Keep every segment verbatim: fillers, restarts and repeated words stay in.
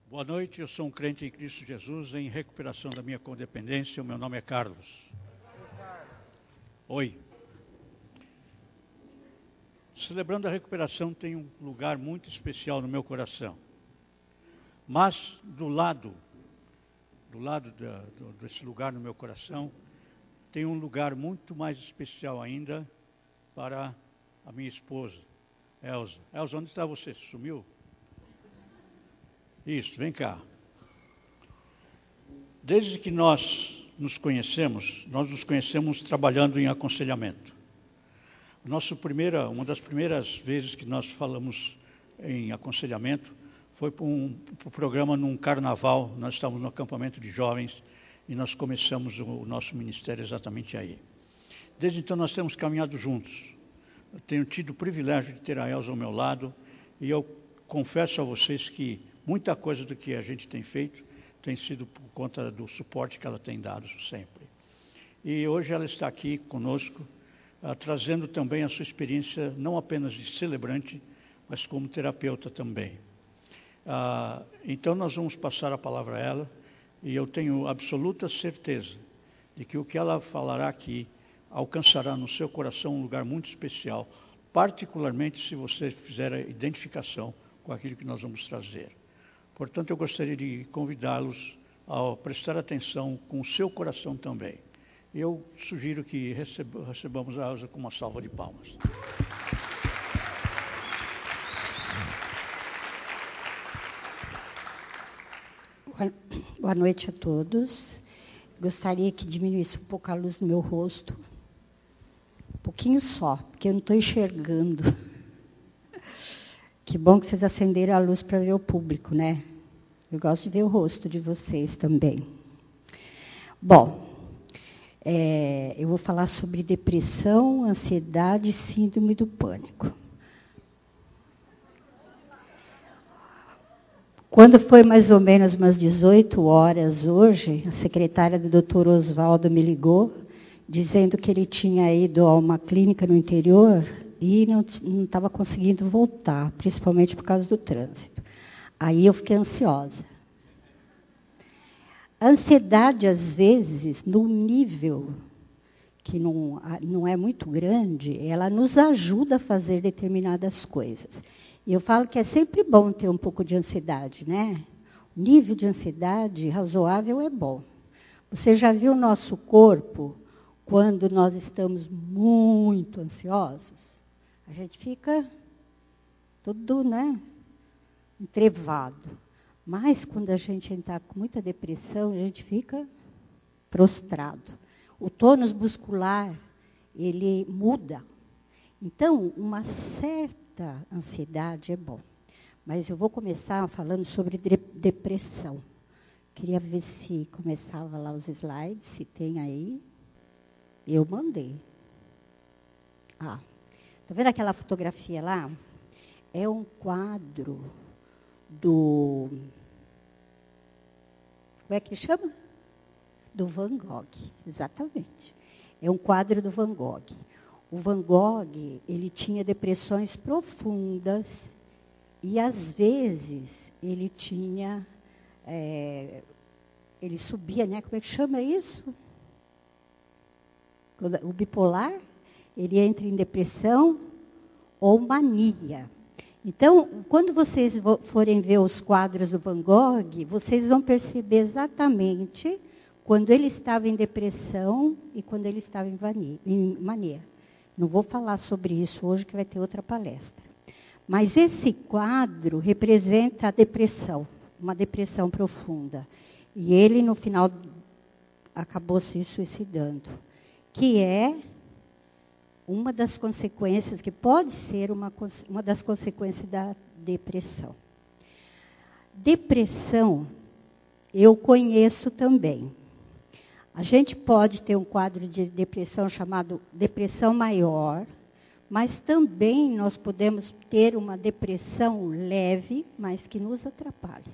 Boa noite, eu sou um crente em Cristo Jesus em recuperação da minha codependência. O meu nome é Carlos. Oi. Celebrando a recuperação tem um lugar muito especial no meu coração. Mas do lado, do lado da, do, desse lugar no meu coração, tem um lugar muito mais especial ainda para a minha esposa, Elza. Elza, onde está você? Sumiu? Isso, vem cá. Desde que nós nos conhecemos, nós nos conhecemos trabalhando em aconselhamento. Nosso primeira, uma das primeiras vezes que nós falamos em aconselhamento foi para um, para um programa num carnaval. Nós estávamos no acampamento de jovens e nós começamos o, o nosso ministério exatamente aí. Desde então nós temos caminhado juntos. Eu tenho tido o privilégio de ter a Elza ao meu lado e eu confesso a vocês que muita coisa do que a gente tem feito tem sido por conta do suporte que ela tem dado sempre. E hoje ela está aqui conosco, uh, trazendo também a sua experiência, não apenas de celebrante, mas como terapeuta também. Uh, então nós vamos passar a palavra a ela, e eu tenho absoluta certeza de que o que ela falará aqui alcançará no seu coração um lugar muito especial, particularmente se você fizer a identificação com aquilo que nós vamos trazer. Portanto, eu gostaria de convidá-los a prestar atenção com o seu coração também. Eu sugiro que receba, recebamos a Elza com uma salva de palmas. Boa noite a todos. Gostaria que diminuísse um pouco a luz no meu rosto. Um pouquinho só, porque eu não estou enxergando. Que bom que vocês acenderam a luz para ver o público, né? Eu gosto de ver o rosto de vocês também. Bom, é, eu vou falar sobre depressão, ansiedade e síndrome do pânico. Quando foi mais ou menos umas dezoito horas hoje, a secretária do doutor Oswaldo me ligou, dizendo que ele tinha ido a uma clínica no interior e não estava conseguindo voltar, principalmente por causa do trânsito. Aí eu fiquei ansiosa. A ansiedade, às vezes, num nível que não, não é muito grande, ela nos ajuda a fazer determinadas coisas. E eu falo que é sempre bom ter um pouco de ansiedade, né? O nível de ansiedade razoável é bom. Você já viu o nosso corpo quando nós estamos muito ansiosos? A gente fica tudo, né, entrevado. Mas quando a gente está com muita depressão, a gente fica prostrado. O tônus muscular, ele muda. Então, uma certa ansiedade é bom. Mas eu vou começar falando sobre de- depressão. Queria ver se começava lá os slides, se tem aí. Eu mandei. Ah. Está vendo aquela fotografia lá? É um quadro do... Como é que chama? Do Van Gogh, exatamente. É um quadro do Van Gogh. O Van Gogh, ele tinha depressões profundas e, às vezes, ele tinha... É, ele subia, né? Como é que chama isso? O bipolar... Ele entra em depressão ou mania. Então, quando vocês forem ver os quadros do Van Gogh, vocês vão perceber exatamente quando ele estava em depressão e quando ele estava em mania. Não vou falar sobre isso hoje, que vai ter outra palestra. Mas esse quadro representa a depressão, uma depressão profunda. E ele, no final, acabou se suicidando, que é... uma das consequências, que pode ser uma, uma das consequências da depressão. Depressão, eu conheço também. A gente pode ter um quadro de depressão chamado depressão maior, mas também nós podemos ter uma depressão leve, mas que nos atrapalha.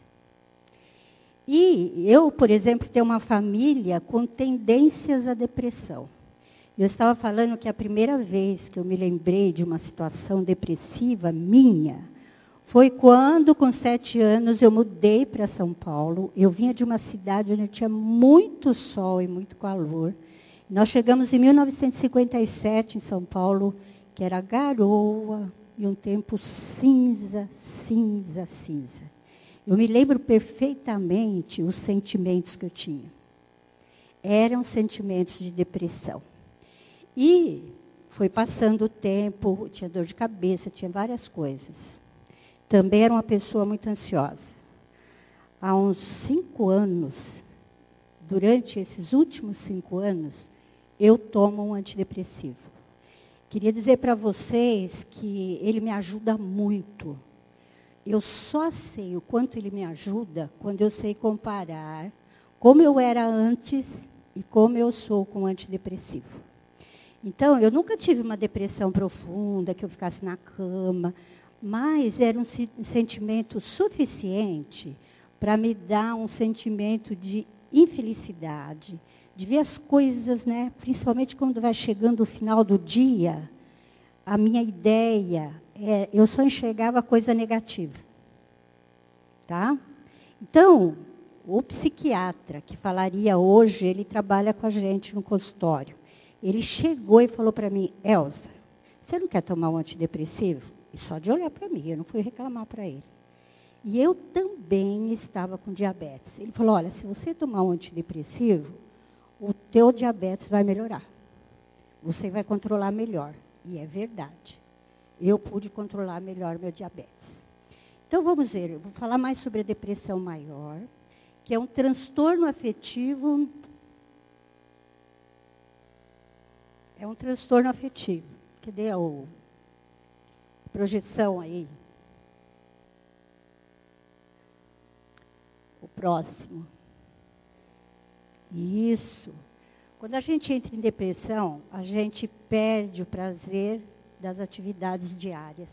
E eu, por exemplo, tenho uma família com tendências à depressão. Eu estava falando que a primeira vez que eu me lembrei de uma situação depressiva minha Foi quando, com sete anos, eu mudei para São Paulo. Eu vinha de uma cidade onde tinha muito sol e muito calor. Nós chegamos em mil novecentos e cinquenta e sete em São Paulo, que era garoa e um tempo cinza, cinza, cinza. Eu me lembro perfeitamente os sentimentos que eu tinha. Eram sentimentos de depressão. E foi passando o tempo, tinha dor de cabeça, tinha várias coisas. Também era uma pessoa muito ansiosa. Há uns cinco anos, durante esses últimos cinco anos, eu tomo um antidepressivo. Queria dizer para vocês que ele me ajuda muito. Eu só sei o quanto ele me ajuda quando eu sei comparar como eu era antes e como eu sou com o antidepressivo. Então, eu nunca tive uma depressão profunda, que eu ficasse na cama, mas era um sentimento suficiente para me dar um sentimento de infelicidade, de ver as coisas, né, principalmente quando vai chegando o final do dia, a minha ideia, é, eu só enxergava coisa negativa. Tá? Então, o psiquiatra que falaria hoje, ele trabalha com a gente no consultório. Ele chegou e falou para mim, Elza, você não quer tomar um antidepressivo? E só de olhar para mim, eu não fui reclamar para ele. E eu também estava com diabetes. Ele falou, olha, se você tomar um antidepressivo, o teu diabetes vai melhorar. Você vai controlar melhor. E é verdade. Eu pude controlar melhor meu diabetes. Então, vamos ver, eu vou falar mais sobre a depressão maior, que é um transtorno afetivo. É um transtorno afetivo. Cadê a projeção aí? O próximo. Isso. Quando a gente entra em depressão, a gente perde o prazer das atividades diárias.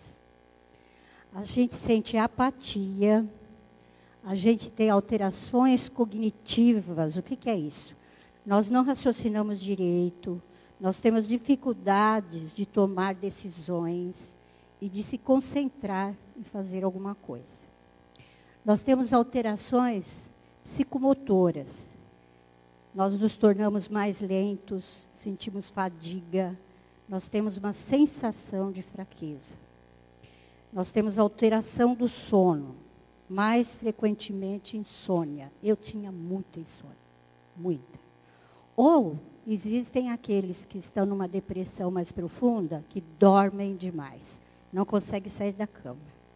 A gente sente apatia, a gente tem alterações cognitivas. O que, que é isso? Nós não raciocinamos direito, nós temos dificuldades de tomar decisões e de se concentrar em fazer alguma coisa. Nós temos alterações psicomotoras. Nós nos tornamos mais lentos, sentimos fadiga, nós temos uma sensação de fraqueza. Nós temos alteração do sono, mais frequentemente insônia. Eu tinha muita insônia, muita. Ou existem aqueles que estão numa depressão mais profunda, que dormem demais, não conseguem sair da cama.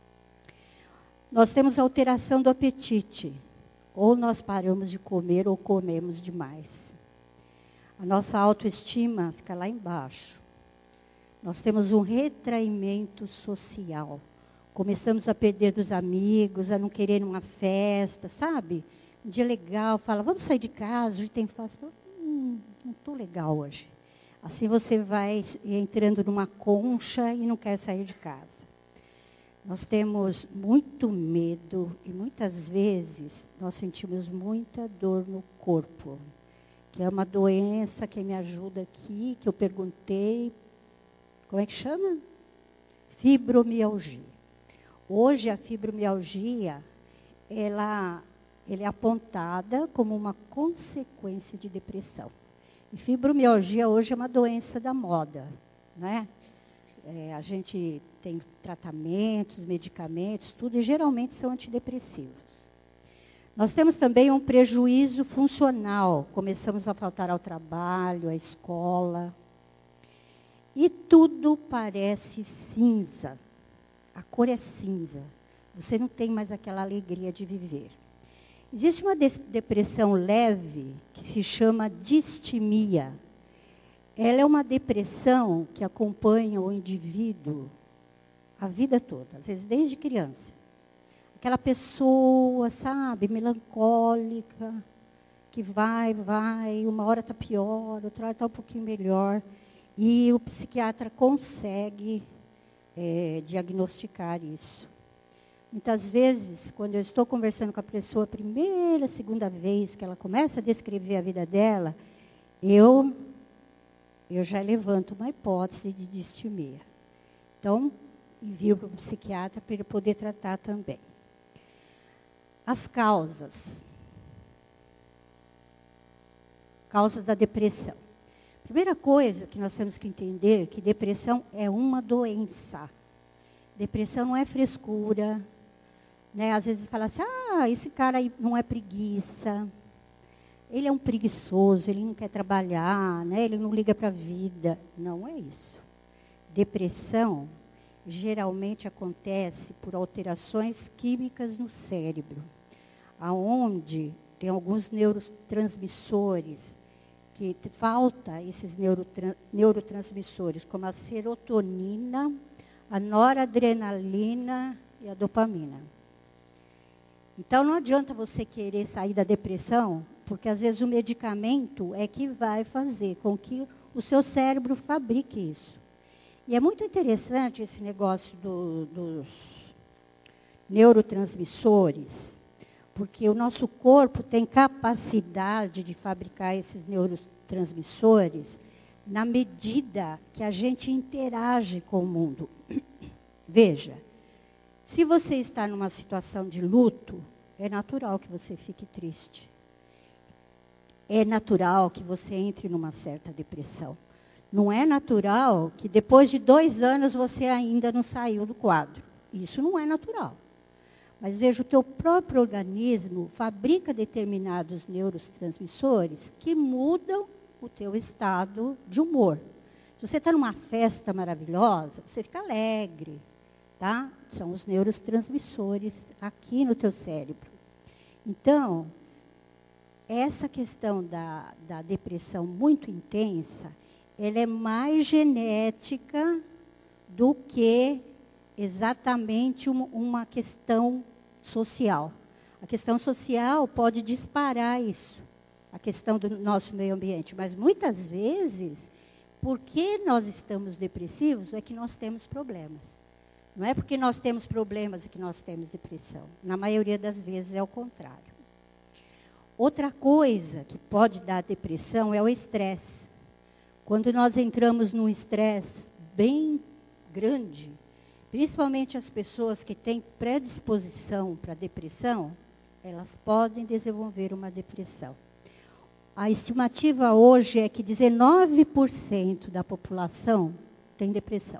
Nós temos alteração do apetite. Ou nós paramos de comer ou comemos demais. A nossa autoestima fica lá embaixo. Nós temos um retraimento social. Começamos a perder dos amigos, a não querer uma festa, sabe? Um dia legal, fala, vamos sair de casa, hoje tem festa. Hum, não estou legal hoje. Assim você vai entrando numa concha e não quer sair de casa. Nós temos muito medo e muitas vezes nós sentimos muita dor no corpo, que é uma doença que me ajuda aqui, que eu perguntei, como é que chama? Fibromialgia. Hoje a fibromialgia, ela, ela é apontada como uma consequência de depressão. E fibromialgia hoje é uma doença da moda, né? É, a gente tem tratamentos, medicamentos, tudo, e geralmente são antidepressivos. Nós temos também um prejuízo funcional. Começamos a faltar ao trabalho, à escola. E tudo parece cinza. A cor é cinza. Você não tem mais aquela alegria de viver. Existe uma depressão leve que se chama distimia. Ela é uma depressão que acompanha o indivíduo a vida toda, às vezes desde criança. Aquela pessoa, sabe, melancólica, que vai, vai, uma hora está pior, outra hora está um pouquinho melhor. E o psiquiatra consegue é, diagnosticar isso. Muitas vezes, quando eu estou conversando com a pessoa, a primeira, segunda vez que ela começa a descrever a vida dela, eu... eu já levanto uma hipótese de distimia. Então, envio para o psiquiatra para ele poder tratar também. As causas. Causas da depressão. Primeira coisa que nós temos que entender é que depressão é uma doença. Depressão não é frescura. Né? Às vezes fala assim, ah, esse cara aí não é preguiça. Ele é um preguiçoso, ele não quer trabalhar, né? Ele não liga para a vida. Não é isso. Depressão geralmente acontece por alterações químicas no cérebro, aonde tem alguns neurotransmissores que falta esses neurotransmissores, como a serotonina, a noradrenalina e a dopamina. Então não adianta você querer sair da depressão, porque às vezes o medicamento é que vai fazer com que o seu cérebro fabrique isso. E é muito interessante esse negócio do, dos neurotransmissores, porque o nosso corpo tem capacidade de fabricar esses neurotransmissores na medida que a gente interage com o mundo. Veja, se você está numa situação de luto, é natural que você fique triste. É natural que você entre numa certa depressão. Não é natural que depois de dois anos você ainda não saiu do quadro. Isso não é natural. Mas veja, o teu próprio organismo fabrica determinados neurotransmissores que mudam o teu estado de humor. Se você está numa festa maravilhosa, você fica alegre, tá? São os neurotransmissores aqui no teu cérebro. Então, essa questão da, da depressão muito intensa, ela é mais genética do que exatamente uma, uma questão social. A questão social pode disparar isso, a questão do nosso meio ambiente. Mas muitas vezes, porque nós estamos depressivos, é que nós temos problemas. Não é porque nós temos problemas que nós temos depressão. Na maioria das vezes é o contrário. Outra coisa que pode dar depressão é o estresse. Quando nós entramos num estresse bem grande, principalmente as pessoas que têm predisposição para depressão, elas podem desenvolver uma depressão. A estimativa hoje é que dezenove por cento da população tem depressão.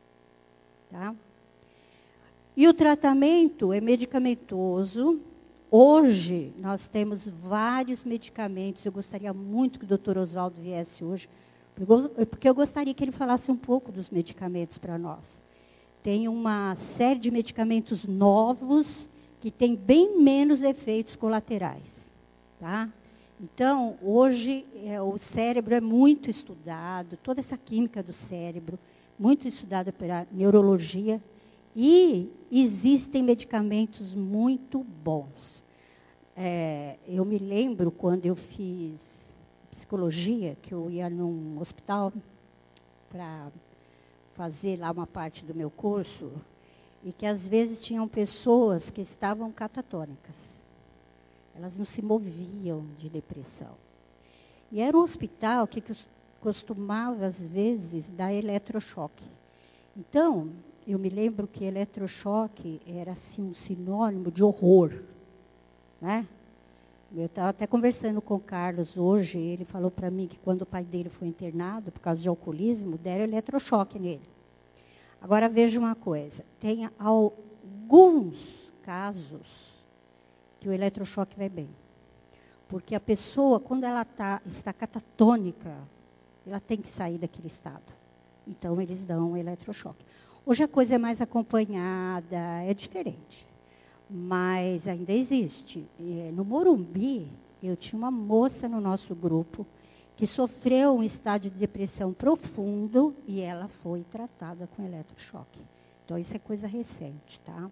Tá? E o tratamento é medicamentoso. Hoje, nós temos vários medicamentos. Eu gostaria muito que o doutor Oswaldo viesse hoje, porque eu gostaria que ele falasse um pouco dos medicamentos para nós. Tem uma série de medicamentos novos que têm bem menos efeitos colaterais. Tá? Então, hoje, é, o cérebro é muito estudado, toda essa química do cérebro, muito estudada pela neurologia, e existem medicamentos muito bons. É, eu me lembro quando eu fiz psicologia, que eu ia num hospital para fazer lá uma parte do meu curso, e que às vezes tinham pessoas que estavam catatônicas. Elas não se moviam de depressão. E era um hospital que costumava, às vezes, dar eletrochoque. Então, eu me lembro que eletrochoque era assim, um sinônimo de horror. Né? Eu estava até conversando com o Carlos hoje, ele falou para mim que quando o pai dele foi internado, por causa de alcoolismo, deram eletrochoque nele. Agora veja uma coisa, tem alguns casos que o eletrochoque vai bem. Porque a pessoa, quando ela tá, está catatônica, ela tem que sair daquele estado. Então, eles dão eletrochoque. Hoje a coisa é mais acompanhada, é diferente. Mas ainda existe. No Morumbi, eu tinha uma moça no nosso grupo que sofreu um estado de depressão profundo e ela foi tratada com eletrochoque. Então, isso é coisa recente, tá?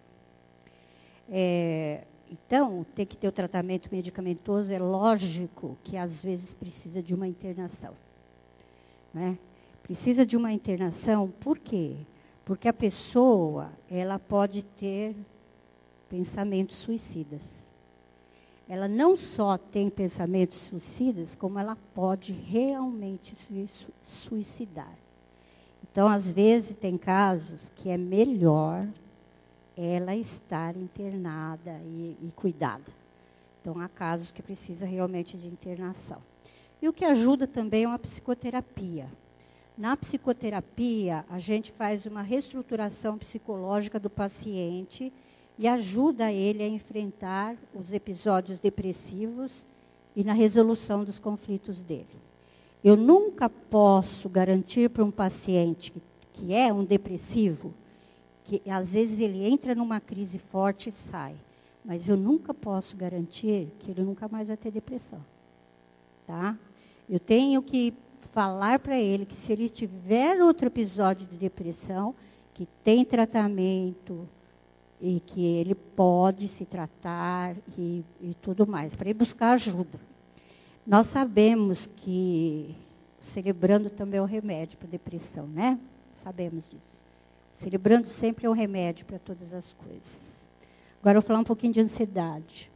É, então, tem que ter o tratamento medicamentoso, é lógico que às vezes precisa de uma internação. Né? Precisa de uma internação, por quê? Porque a pessoa, ela pode ter pensamentos suicidas. Ela não só tem pensamentos suicidas, como ela pode realmente se suicidar. Então, às vezes, tem casos que é melhor ela estar internada e, e cuidada. Então, há casos que precisa realmente de internação. E o que ajuda também é uma psicoterapia. Na psicoterapia, a gente faz uma reestruturação psicológica do paciente e ajuda ele a enfrentar os episódios depressivos e na resolução dos conflitos dele. Eu nunca posso garantir para um paciente que, que é um depressivo, que às vezes ele entra numa crise forte e sai, mas eu nunca posso garantir que ele nunca mais vai ter depressão. Tá? Eu tenho que falar para ele que se ele tiver outro episódio de depressão, que tem tratamento e que ele pode se tratar e, e tudo mais, para ele buscar ajuda. Nós sabemos que o Celebrando também é um remédio para depressão, né? Sabemos disso. O Celebrando sempre é um remédio para todas as coisas. Agora eu vou falar um pouquinho de ansiedade.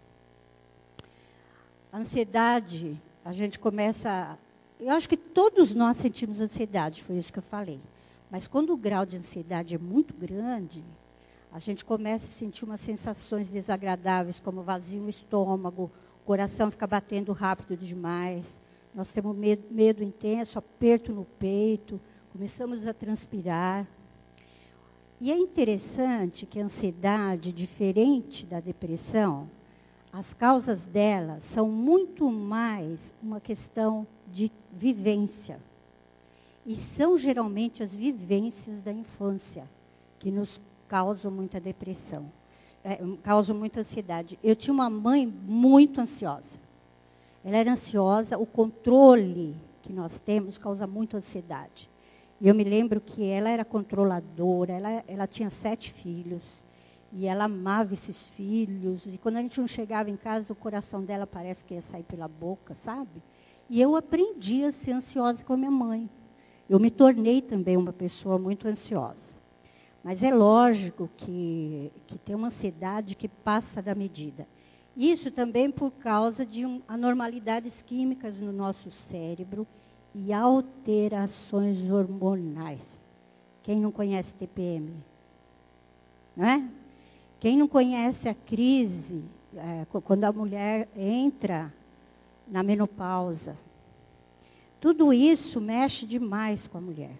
A ansiedade, a gente começa... Eu acho que todos nós sentimos ansiedade, foi isso que eu falei. Mas quando o grau de ansiedade é muito grande, a gente começa a sentir umas sensações desagradáveis, como vazio no estômago, o coração fica batendo rápido demais, nós temos medo, medo intenso, aperto no peito, começamos a transpirar. E é interessante que a ansiedade, diferente da depressão, as causas dela são muito mais uma questão de vivência. E são geralmente as vivências da infância que nos causam muita depressão. É, causam muita ansiedade. Eu tinha uma mãe muito ansiosa. Ela era ansiosa, o controle que nós temos causa muita ansiedade. E eu me lembro que ela era controladora, ela, ela tinha sete filhos, e ela amava esses filhos, e quando a gente não chegava em casa, o coração dela parece que ia sair pela boca, sabe? E eu aprendi a ser ansiosa com a minha mãe. Eu me tornei também uma pessoa muito ansiosa. Mas é lógico que, que tem uma ansiedade que passa da medida. Isso também por causa de um, anormalidades químicas no nosso cérebro e alterações hormonais. Quem não conhece T P M? Não é? Quem não conhece a crise, é, quando a mulher entra na menopausa? Tudo isso mexe demais com a mulher.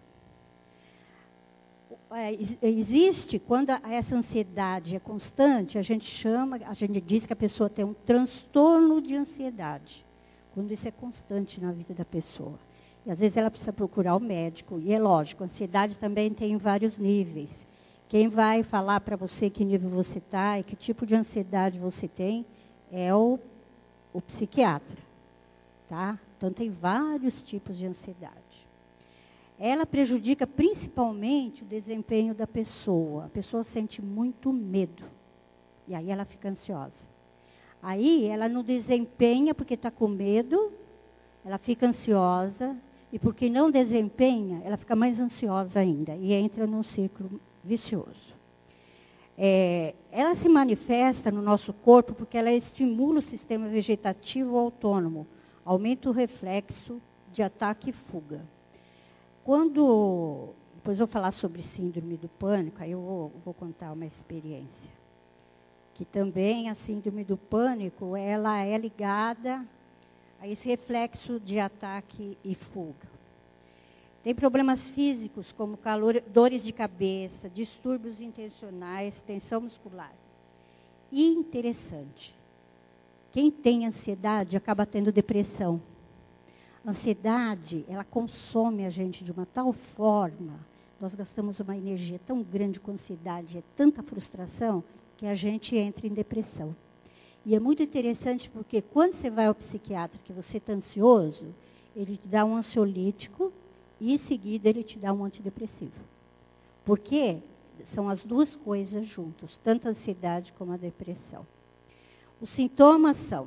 Existe, quando essa ansiedade é constante, a gente chama, a gente diz que a pessoa tem um transtorno de ansiedade, quando isso é constante na vida da pessoa. E às vezes ela precisa procurar o médico, e é lógico, a ansiedade também tem vários níveis. Quem vai falar para você que nível você está e que tipo de ansiedade você tem é o, o psiquiatra, tá? Então tem vários tipos de ansiedade. Ela prejudica principalmente o desempenho da pessoa. A pessoa sente muito medo. E aí ela fica ansiosa. Aí ela não desempenha porque está com medo, ela fica ansiosa. E porque não desempenha, ela fica mais ansiosa ainda. E entra num ciclo vicioso. É, ela se manifesta no nosso corpo porque ela estimula o sistema vegetativo autônomo. Aumenta o reflexo de ataque e fuga. Quando, depois eu vou falar sobre síndrome do pânico, aí eu vou, vou contar uma experiência. Que também a síndrome do pânico, ela é ligada a esse reflexo de ataque e fuga. Tem problemas físicos, como calor, dores de cabeça, distúrbios intencionais, tensão muscular. E interessante, quem tem ansiedade acaba tendo depressão. A ansiedade, ela consome a gente de uma tal forma, nós gastamos uma energia tão grande com ansiedade, é tanta frustração, que a gente entra em depressão. E é muito interessante porque quando você vai ao psiquiatra que você está ansioso, ele te dá um ansiolítico e em seguida ele te dá um antidepressivo. Porque são as duas coisas juntas, tanto a ansiedade como a depressão. Os sintomas são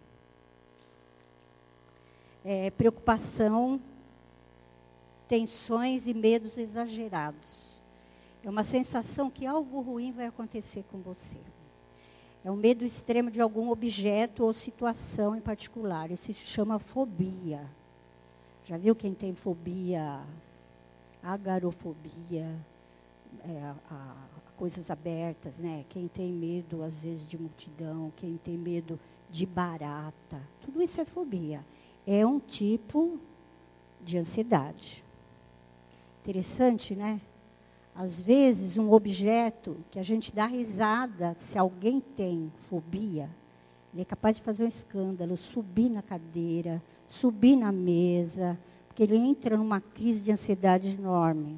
É, preocupação, tensões e medos exagerados. É uma sensação que algo ruim vai acontecer com você. É um medo extremo de algum objeto ou situação em particular. Isso se chama fobia. Já viu quem tem fobia agorafobia, é, a, a, coisas abertas, né? Quem tem medo, às vezes, de multidão, quem tem medo de barata, tudo isso é fobia. É um tipo de ansiedade. Interessante, né? Às vezes, um objeto que a gente dá risada, se alguém tem fobia, ele é capaz de fazer um escândalo, subir na cadeira, subir na mesa, porque ele entra numa crise de ansiedade enorme.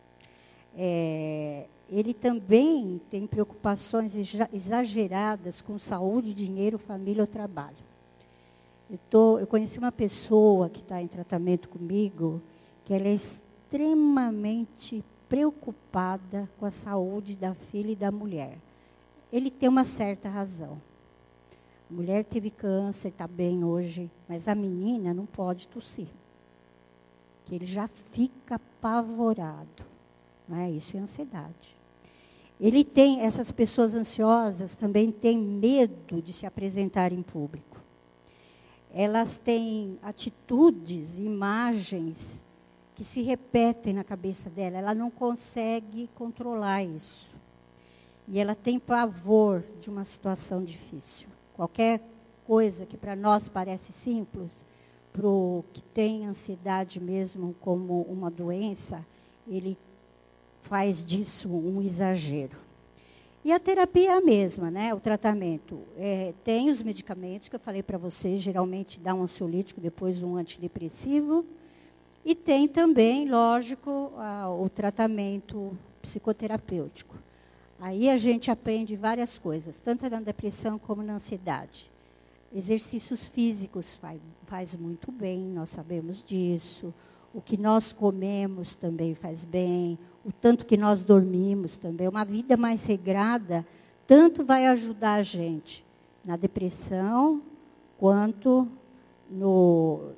É, ele também tem preocupações exageradas com saúde, dinheiro, família ou trabalho. Eu, tô, eu conheci uma pessoa que está em tratamento comigo, que ela é extremamente preocupada com a saúde da filha e da mulher. Ele tem uma certa razão. A mulher teve câncer, está bem hoje, mas a menina não pode tossir. Que ele já fica apavorado. Não é? Isso é ansiedade. Ele tem, essas pessoas ansiosas também têm medo de se apresentar em público. Elas têm atitudes, imagens que se repetem na cabeça dela. Ela não consegue controlar isso. E ela tem pavor de uma situação difícil. Qualquer coisa que para nós parece simples, para o que tem ansiedade mesmo como uma doença, ele faz disso um exagero. E a terapia é a mesma, né? O tratamento. É, tem os medicamentos que eu falei para vocês, geralmente dá um ansiolítico, depois um antidepressivo. E tem também, lógico, a, o tratamento psicoterapêutico. Aí a gente aprende várias coisas, tanto na depressão como na ansiedade. Exercícios físicos faz, faz muito bem, nós sabemos disso. O que nós comemos também faz bem. O tanto que nós dormimos também. Uma vida mais regrada, tanto vai ajudar a gente na depressão, quanto no,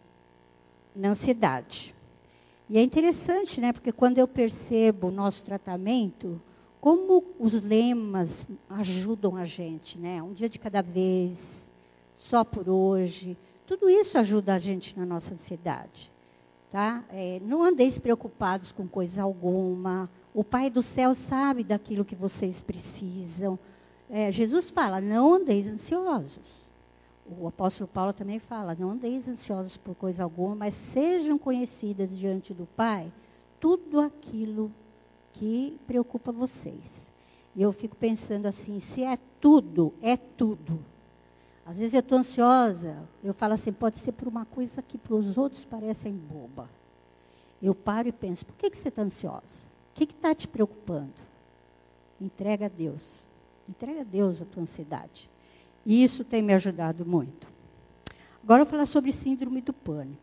na ansiedade. E é interessante, né? Porque quando eu percebo o nosso tratamento, como os lemas ajudam a gente, né? Um dia de cada vez, só por hoje. Tudo isso ajuda a gente na nossa ansiedade. Tá? É, não andeis preocupados com coisa alguma. O Pai do céu sabe daquilo que vocês precisam. É, Jesus fala, não andeis ansiosos. O apóstolo Paulo também fala, não andeis ansiosos por coisa alguma, mas sejam conhecidas diante do Pai tudo aquilo que preocupa vocês. E eu fico pensando assim, se é tudo, é tudo. Às vezes eu estou ansiosa, eu falo assim, pode ser por uma coisa que para os outros parecem boba. Eu paro e penso, por que, que você está ansiosa? O que está te preocupando? Entrega a Deus. Entrega a Deus a tua ansiedade. E isso tem me ajudado muito. Agora eu vou falar sobre síndrome do pânico.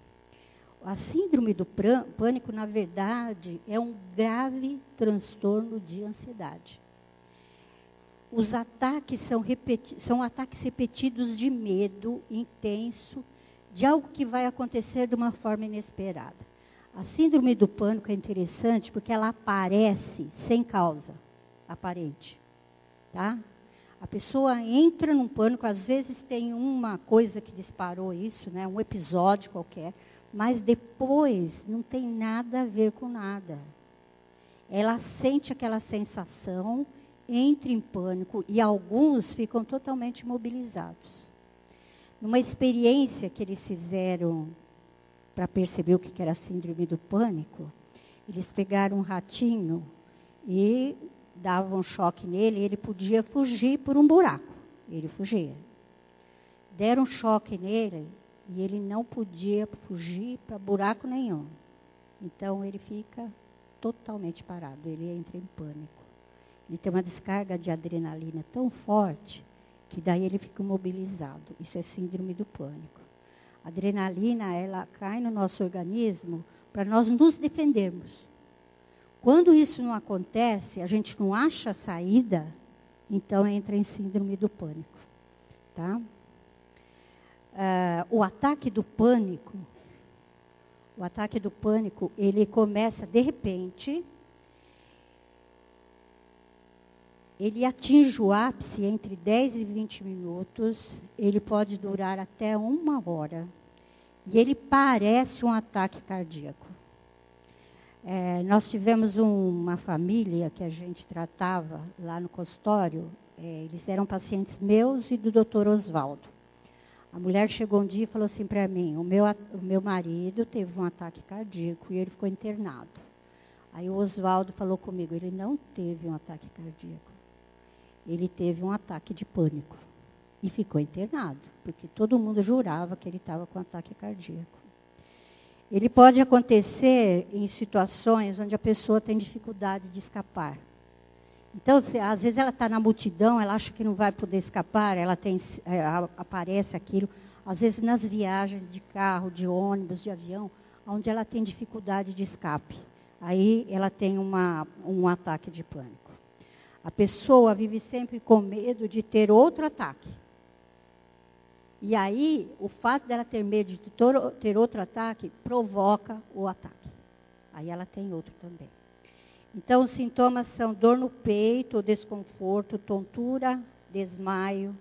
A síndrome do pânico, na verdade, é um grave transtorno de ansiedade. Os ataques são, repeti- são ataques repetidos de medo intenso, de algo que vai acontecer de uma forma inesperada. A síndrome do pânico é interessante porque ela aparece sem causa aparente. Tá? A pessoa entra num pânico, às vezes tem uma coisa que disparou isso, né? Um episódio qualquer, mas depois não tem nada a ver com nada. Ela sente aquela sensação, entra em pânico e alguns ficam totalmente imobilizados. Numa experiência que eles fizeram para perceber o que era a síndrome do pânico, eles pegaram um ratinho e davam um choque nele, e ele podia fugir por um buraco. Ele fugia. Deram um choque nele e ele não podia fugir para buraco nenhum. Então ele fica totalmente parado, ele entra em pânico. Ele tem uma descarga de adrenalina tão forte que daí ele fica imobilizado. Isso é síndrome do pânico. A adrenalina, ela cai no nosso organismo para nós nos defendermos. Quando isso não acontece, a gente não acha a saída, então entra em síndrome do pânico. Tá? Uh, o ataque do pânico, o ataque do pânico, ele começa de repente, ele atinge o ápice entre dez e vinte minutos, ele pode durar até uma hora, e ele parece um ataque cardíaco. É, nós tivemos um, uma família que a gente tratava lá no consultório, é, eles eram pacientes meus e do doutor Oswaldo. A mulher chegou um dia e falou assim para mim, o meu, o meu marido teve um ataque cardíaco e ele ficou internado. Aí o Oswaldo falou comigo, ele não teve um ataque cardíaco, ele teve um ataque de pânico e ficou internado, porque todo mundo jurava que ele estava com ataque cardíaco. Ele pode acontecer em situações onde a pessoa tem dificuldade de escapar. Então, se, às vezes ela está na multidão, ela acha que não vai poder escapar, ela tem, é, aparece aquilo. Às vezes nas viagens de carro, de ônibus, de avião, onde ela tem dificuldade de escape. Aí ela tem uma, um ataque de pânico. A pessoa vive sempre com medo de ter outro ataque. E aí, o fato dela ter medo de ter outro ataque, provoca o ataque. Aí ela tem outro também. Então, os sintomas são dor no peito, desconforto, tontura, desmaio,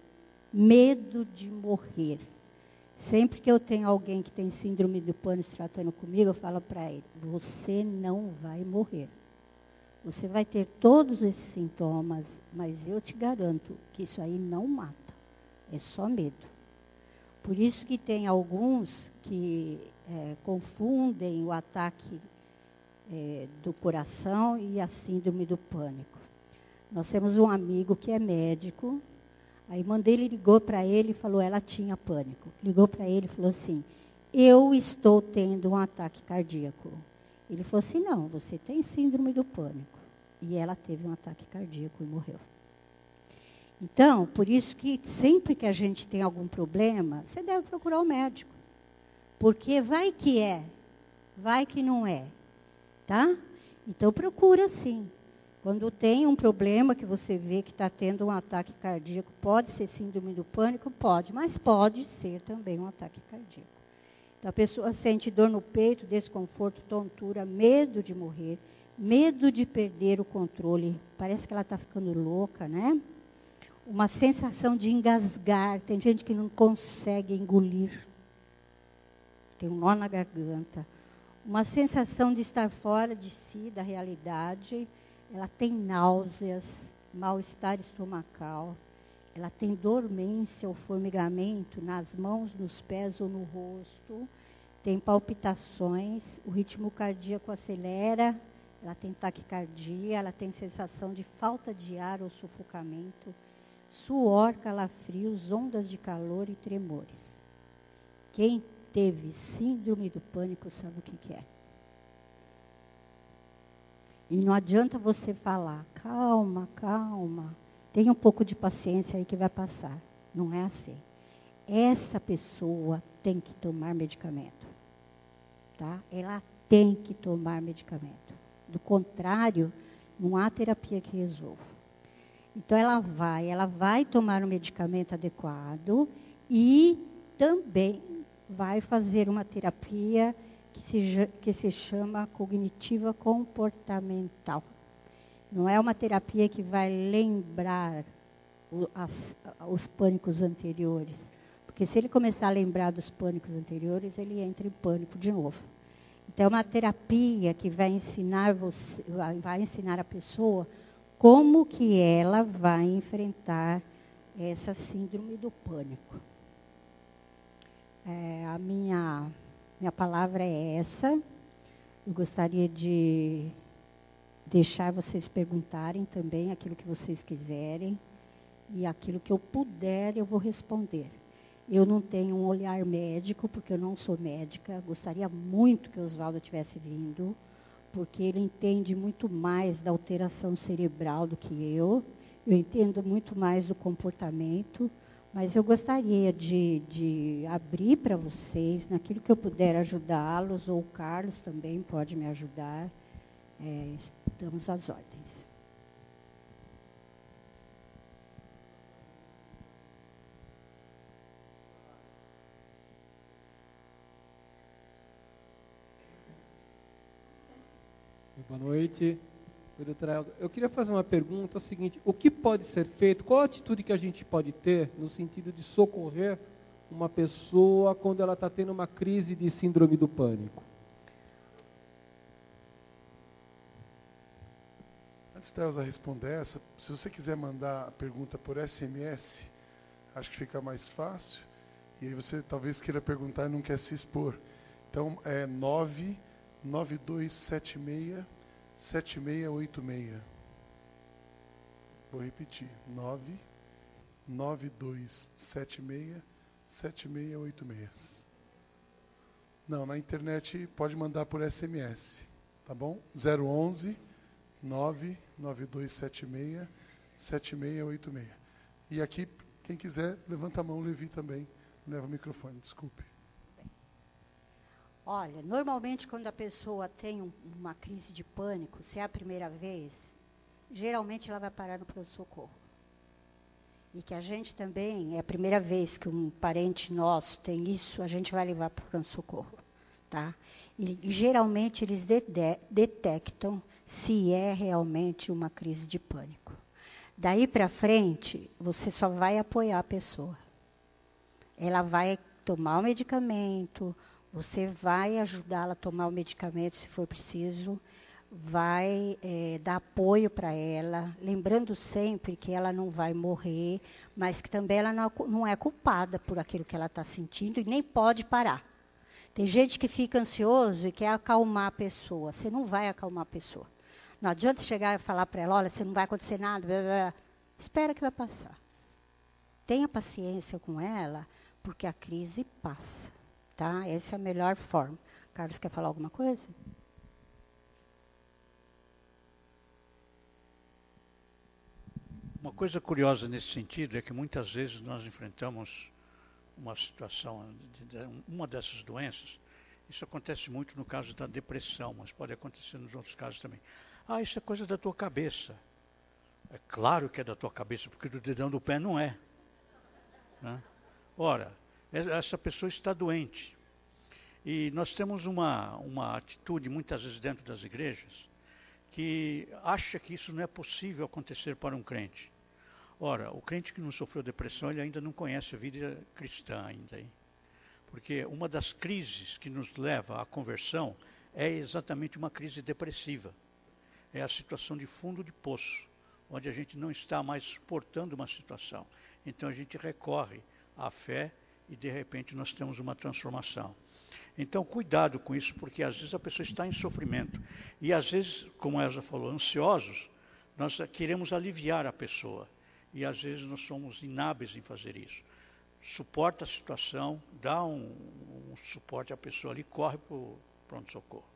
medo de morrer. Sempre que eu tenho alguém que tem síndrome do pânico tratando comigo, eu falo para ele, você não vai morrer. Você vai ter todos esses sintomas, mas eu te garanto que isso aí não mata. É só medo. Por isso que tem alguns que é, confundem o ataque é, do coração e a síndrome do pânico. Nós temos um amigo que é médico, aí mandei, ele ligou para ele e falou, ela tinha pânico. Ligou para ele e falou assim, eu estou tendo um ataque cardíaco. Ele falou assim, não, você tem síndrome do pânico. E ela teve um ataque cardíaco e morreu. Então, por isso que sempre que a gente tem algum problema, você deve procurar o médico. Porque vai que é, vai que não é, tá? Então, procura sim. Quando tem um problema que você vê que está tendo um ataque cardíaco, pode ser síndrome do pânico? Pode, mas pode ser também um ataque cardíaco. Então, a pessoa sente dor no peito, desconforto, tontura, medo de morrer, medo de perder o controle. Parece que ela está ficando louca, né? Uma sensação de engasgar. Tem gente que não consegue engolir. Tem um nó na garganta. Uma sensação de estar fora de si, da realidade. Ela tem náuseas, mal-estar estomacal. Ela tem dormência ou formigamento nas mãos, nos pés ou no rosto. Tem palpitações, o ritmo cardíaco acelera. Ela tem taquicardia, ela tem sensação de falta de ar ou sufocamento. Suor, calafrios, ondas de calor e tremores. Quem teve síndrome do pânico sabe o que, que é. E não adianta você falar, calma, calma, tenha um pouco de paciência aí que vai passar. Não é assim. Essa pessoa tem que tomar medicamento. Tá? Ela tem que tomar medicamento. Do contrário, não há terapia que resolva. Então, ela vai, ela vai tomar um medicamento adequado e também vai fazer uma terapia que se, que se chama cognitiva comportamental. Não é uma terapia que vai lembrar o, as, os pânicos anteriores. Porque se ele começar a lembrar dos pânicos anteriores, ele entra em pânico de novo. Então, é uma terapia que vai ensinar, você, vai ensinar a pessoa como que ela vai enfrentar essa síndrome do pânico. É, a minha, minha palavra é essa. Eu gostaria de deixar vocês perguntarem também aquilo que vocês quiserem. E aquilo que eu puder, eu vou responder. Eu não tenho um olhar médico, porque eu não sou médica. Gostaria muito que o Oswaldo tivesse vindo, porque ele entende muito mais da alteração cerebral do que eu. Eu entendo muito mais do comportamento, mas eu gostaria de, de abrir para vocês, naquilo que eu puder ajudá-los, ou o Carlos também pode me ajudar. É, estamos às ordens. Boa noite. Doutora, eu queria fazer uma pergunta, é o seguinte, o que pode ser feito, qual a atitude que a gente pode ter no sentido de socorrer uma pessoa quando ela está tendo uma crise de síndrome do pânico? Antes da Elza responder essa, se você quiser mandar a pergunta por S M S, acho que fica mais fácil. E aí você talvez queira perguntar e não quer se expor. Então é nove nove dois sete seis sete seis oito seis. Vou repetir. nove nove dois sete seis sete seis oito seis. Não, na internet pode mandar por S M S. Tá bom? zero onze nove nove dois sete seis sete seis oito seis. E aqui, quem quiser, levanta a mão, Levi também. Leva o microfone, desculpe. Olha, normalmente quando a pessoa tem um, uma crise de pânico, se é a primeira vez, geralmente ela vai parar no pronto-socorro. E que a gente também, é a primeira vez que um parente nosso tem isso, a gente vai levar para o pronto-socorro. Tá? E, e geralmente eles de, de, detectam se é realmente uma crise de pânico. Daí para frente, você só vai apoiar a pessoa. Ela vai tomar o medicamento, você vai ajudá-la a tomar o medicamento se for preciso, vai é, dar apoio para ela, lembrando sempre que ela não vai morrer, mas que também ela não, não é culpada por aquilo que ela está sentindo e nem pode parar. Tem gente que fica ansioso e quer acalmar a pessoa. Você não vai acalmar a pessoa. Não adianta chegar e falar para ela, olha, você não vai acontecer nada, blá, blá, blá. Espera que vai passar. Tenha paciência com ela, porque a crise passa. Tá? Essa é a melhor forma. Carlos, quer falar alguma coisa? Uma coisa curiosa nesse sentido é que muitas vezes nós enfrentamos uma situação, de, de, uma dessas doenças. Isso acontece muito no caso da depressão, mas pode acontecer nos outros casos também. Ah, isso é coisa da tua cabeça. É claro que é da tua cabeça, porque do dedão do pé não é. Né? Ora, essa pessoa está doente. E nós temos uma, uma atitude, muitas vezes dentro das igrejas, que acha que isso não é possível acontecer para um crente. Ora, o crente que não sofreu depressão, ele ainda não conhece a vida cristã ainda. Hein? Porque uma das crises que nos leva à conversão é exatamente uma crise depressiva. É a situação de fundo de poço, onde a gente não está mais suportando uma situação. Então a gente recorre à fé e de repente nós temos uma transformação. Então cuidado com isso, porque às vezes a pessoa está em sofrimento. E às vezes, como a Elza falou, ansiosos, nós queremos aliviar a pessoa. E às vezes nós somos inábeis em fazer isso. Suporta a situação, dá um, um suporte à pessoa ali, corre para o pronto-socorro.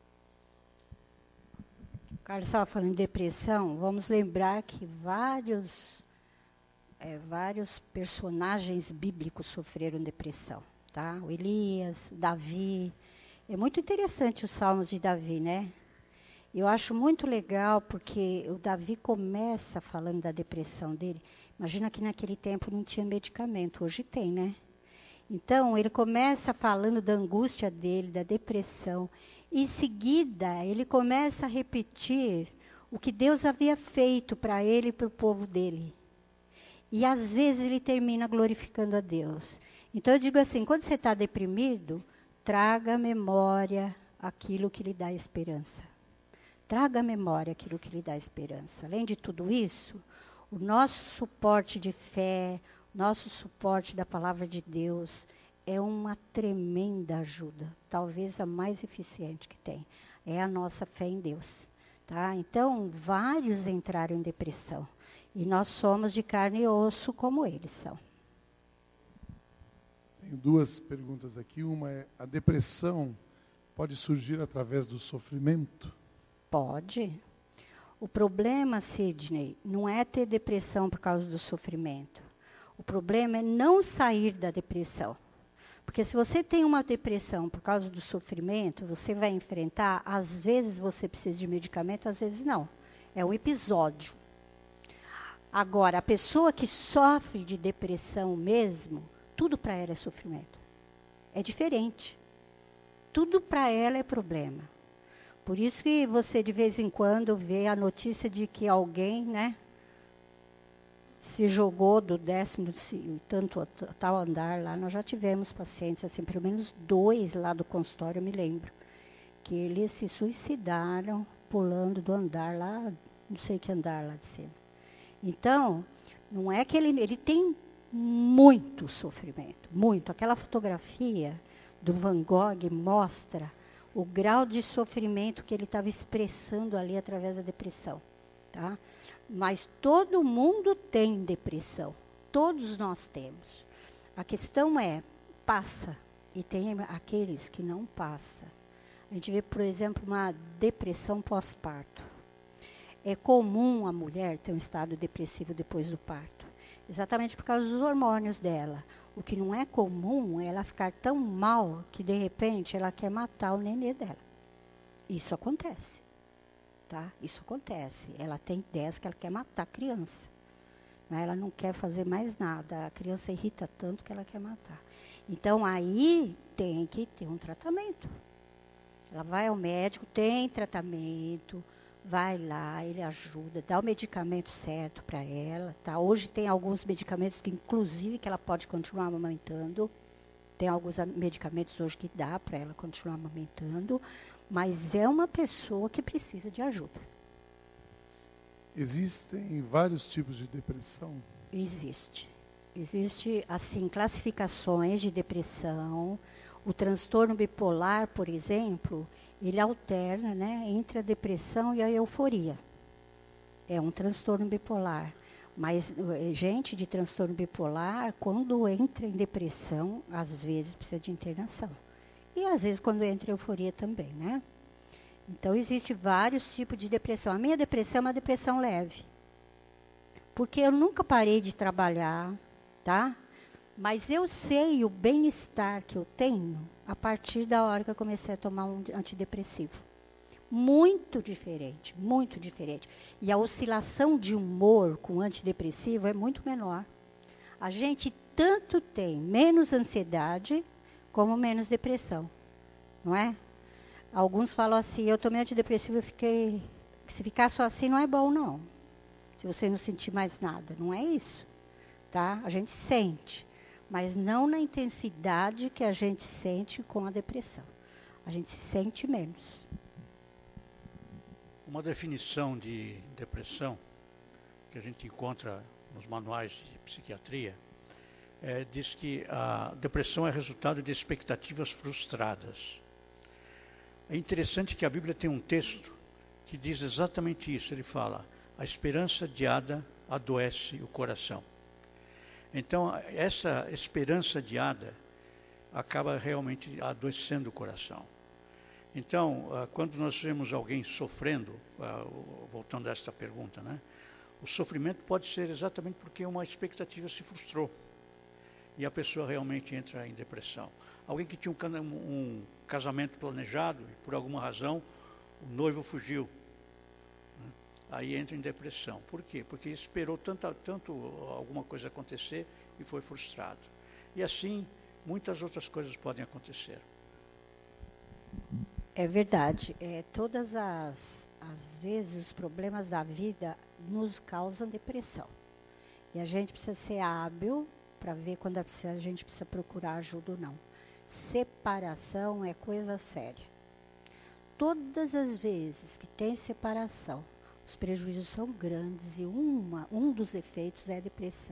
O Carlos estava falando de depressão, vamos lembrar que vários, é, vários personagens bíblicos sofreram depressão. Tá? O Elias, o Davi. É muito interessante os salmos de Davi, né? Eu acho muito legal porque o Davi começa falando da depressão dele. Imagina que naquele tempo não tinha medicamento, hoje tem, né? Então, ele começa falando da angústia dele, da depressão. Em seguida, ele começa a repetir o que Deus havia feito para ele e para o povo dele. E às vezes ele termina glorificando a Deus. Então eu digo assim, quando você está deprimido, traga à memória aquilo que lhe dá esperança. Traga à memória aquilo que lhe dá esperança. Além de tudo isso, o nosso suporte de fé, nosso suporte da palavra de Deus é uma tremenda ajuda, talvez a mais eficiente que tem. É a nossa fé em Deus. Tá? Então, vários entraram em depressão. E nós somos de carne e osso como eles são. Tenho duas perguntas aqui. Uma é, a depressão pode surgir através do sofrimento? Pode. O problema, Sidney, não é ter depressão por causa do sofrimento. O problema é não sair da depressão. Porque se você tem uma depressão por causa do sofrimento, você vai enfrentar, às vezes você precisa de medicamento, às vezes não. É um episódio. Agora, a pessoa que sofre de depressão mesmo, tudo para ela é sofrimento. É diferente. Tudo para ela é problema. Por isso que você de vez em quando vê a notícia de que alguém, né, se jogou do décimo tanto tal andar lá. Nós já tivemos pacientes assim, pelo menos dois lá do consultório, eu me lembro, que eles se suicidaram pulando do andar lá não sei que andar lá de cima. Então, não é que ele, ele tem muito sofrimento, muito. Aquela fotografia do Van Gogh mostra o grau de sofrimento que ele estava expressando ali através da depressão, tá? Mas todo mundo tem depressão, todos nós temos. A questão é, passa, e tem aqueles que não passam. A gente vê, por exemplo, uma depressão pós-parto. É comum a mulher ter um estado depressivo depois do parto, exatamente por causa dos hormônios dela. O que não é comum é ela ficar tão mal que, de repente, ela quer matar o nenê dela. Isso acontece, tá? Isso acontece. Ela tem ideias que ela quer matar a criança. Mas ela não quer fazer mais nada. A criança irrita tanto que ela quer matar. Então, aí tem que ter um tratamento. Ela vai ao médico, tem tratamento, vai lá, ele ajuda, dá o medicamento certo para ela, tá? Hoje tem alguns medicamentos que, inclusive, que ela pode continuar amamentando. Tem alguns medicamentos hoje que dá para ela continuar amamentando, mas é uma pessoa que precisa de ajuda. Existem vários tipos de depressão? Existe. Existe, assim, classificações de depressão. O transtorno bipolar, por exemplo, ele alterna, né, entre a depressão e a euforia. É um transtorno bipolar. Mas gente de transtorno bipolar, quando entra em depressão, às vezes precisa de internação. E às vezes quando entra em euforia também, né? Então, existem vários tipos de depressão. A minha depressão é uma depressão leve. Porque eu nunca parei de trabalhar, tá? Mas eu sei o bem-estar que eu tenho a partir da hora que eu comecei a tomar um antidepressivo. Muito diferente, muito diferente. E a oscilação de humor com antidepressivo é muito menor. A gente tanto tem menos ansiedade como menos depressão, não é? Alguns falam assim, eu tomei antidepressivo e fiquei... Se ficar só assim não é bom, não. Se você não sentir mais nada, não é isso, tá? A gente sente, mas não na intensidade que a gente sente com a depressão. A gente sente menos. Uma definição de depressão que a gente encontra nos manuais de psiquiatria é, diz que a depressão é resultado de expectativas frustradas. É interessante que a Bíblia tem um texto que diz exatamente isso. Ele fala, a esperança adiada adoece o coração. Então, essa esperança adiada acaba realmente adoecendo o coração. Então, quando nós vemos alguém sofrendo, voltando a esta pergunta, né, o sofrimento pode ser exatamente porque uma expectativa se frustrou e a pessoa realmente entra em depressão. Alguém que tinha um, um casamento planejado e por alguma razão o noivo fugiu, né, aí entra em depressão. Por quê? Porque esperou tanto, tanto alguma coisa acontecer e foi frustrado. E assim, muitas outras coisas podem acontecer. É verdade. É, todas as, as vezes os problemas da vida nos causam depressão. E a gente precisa ser hábil para ver quando a gente precisa procurar ajuda ou não. Separação é coisa séria. Todas as vezes que tem separação, os prejuízos são grandes e uma, um dos efeitos é a depressão.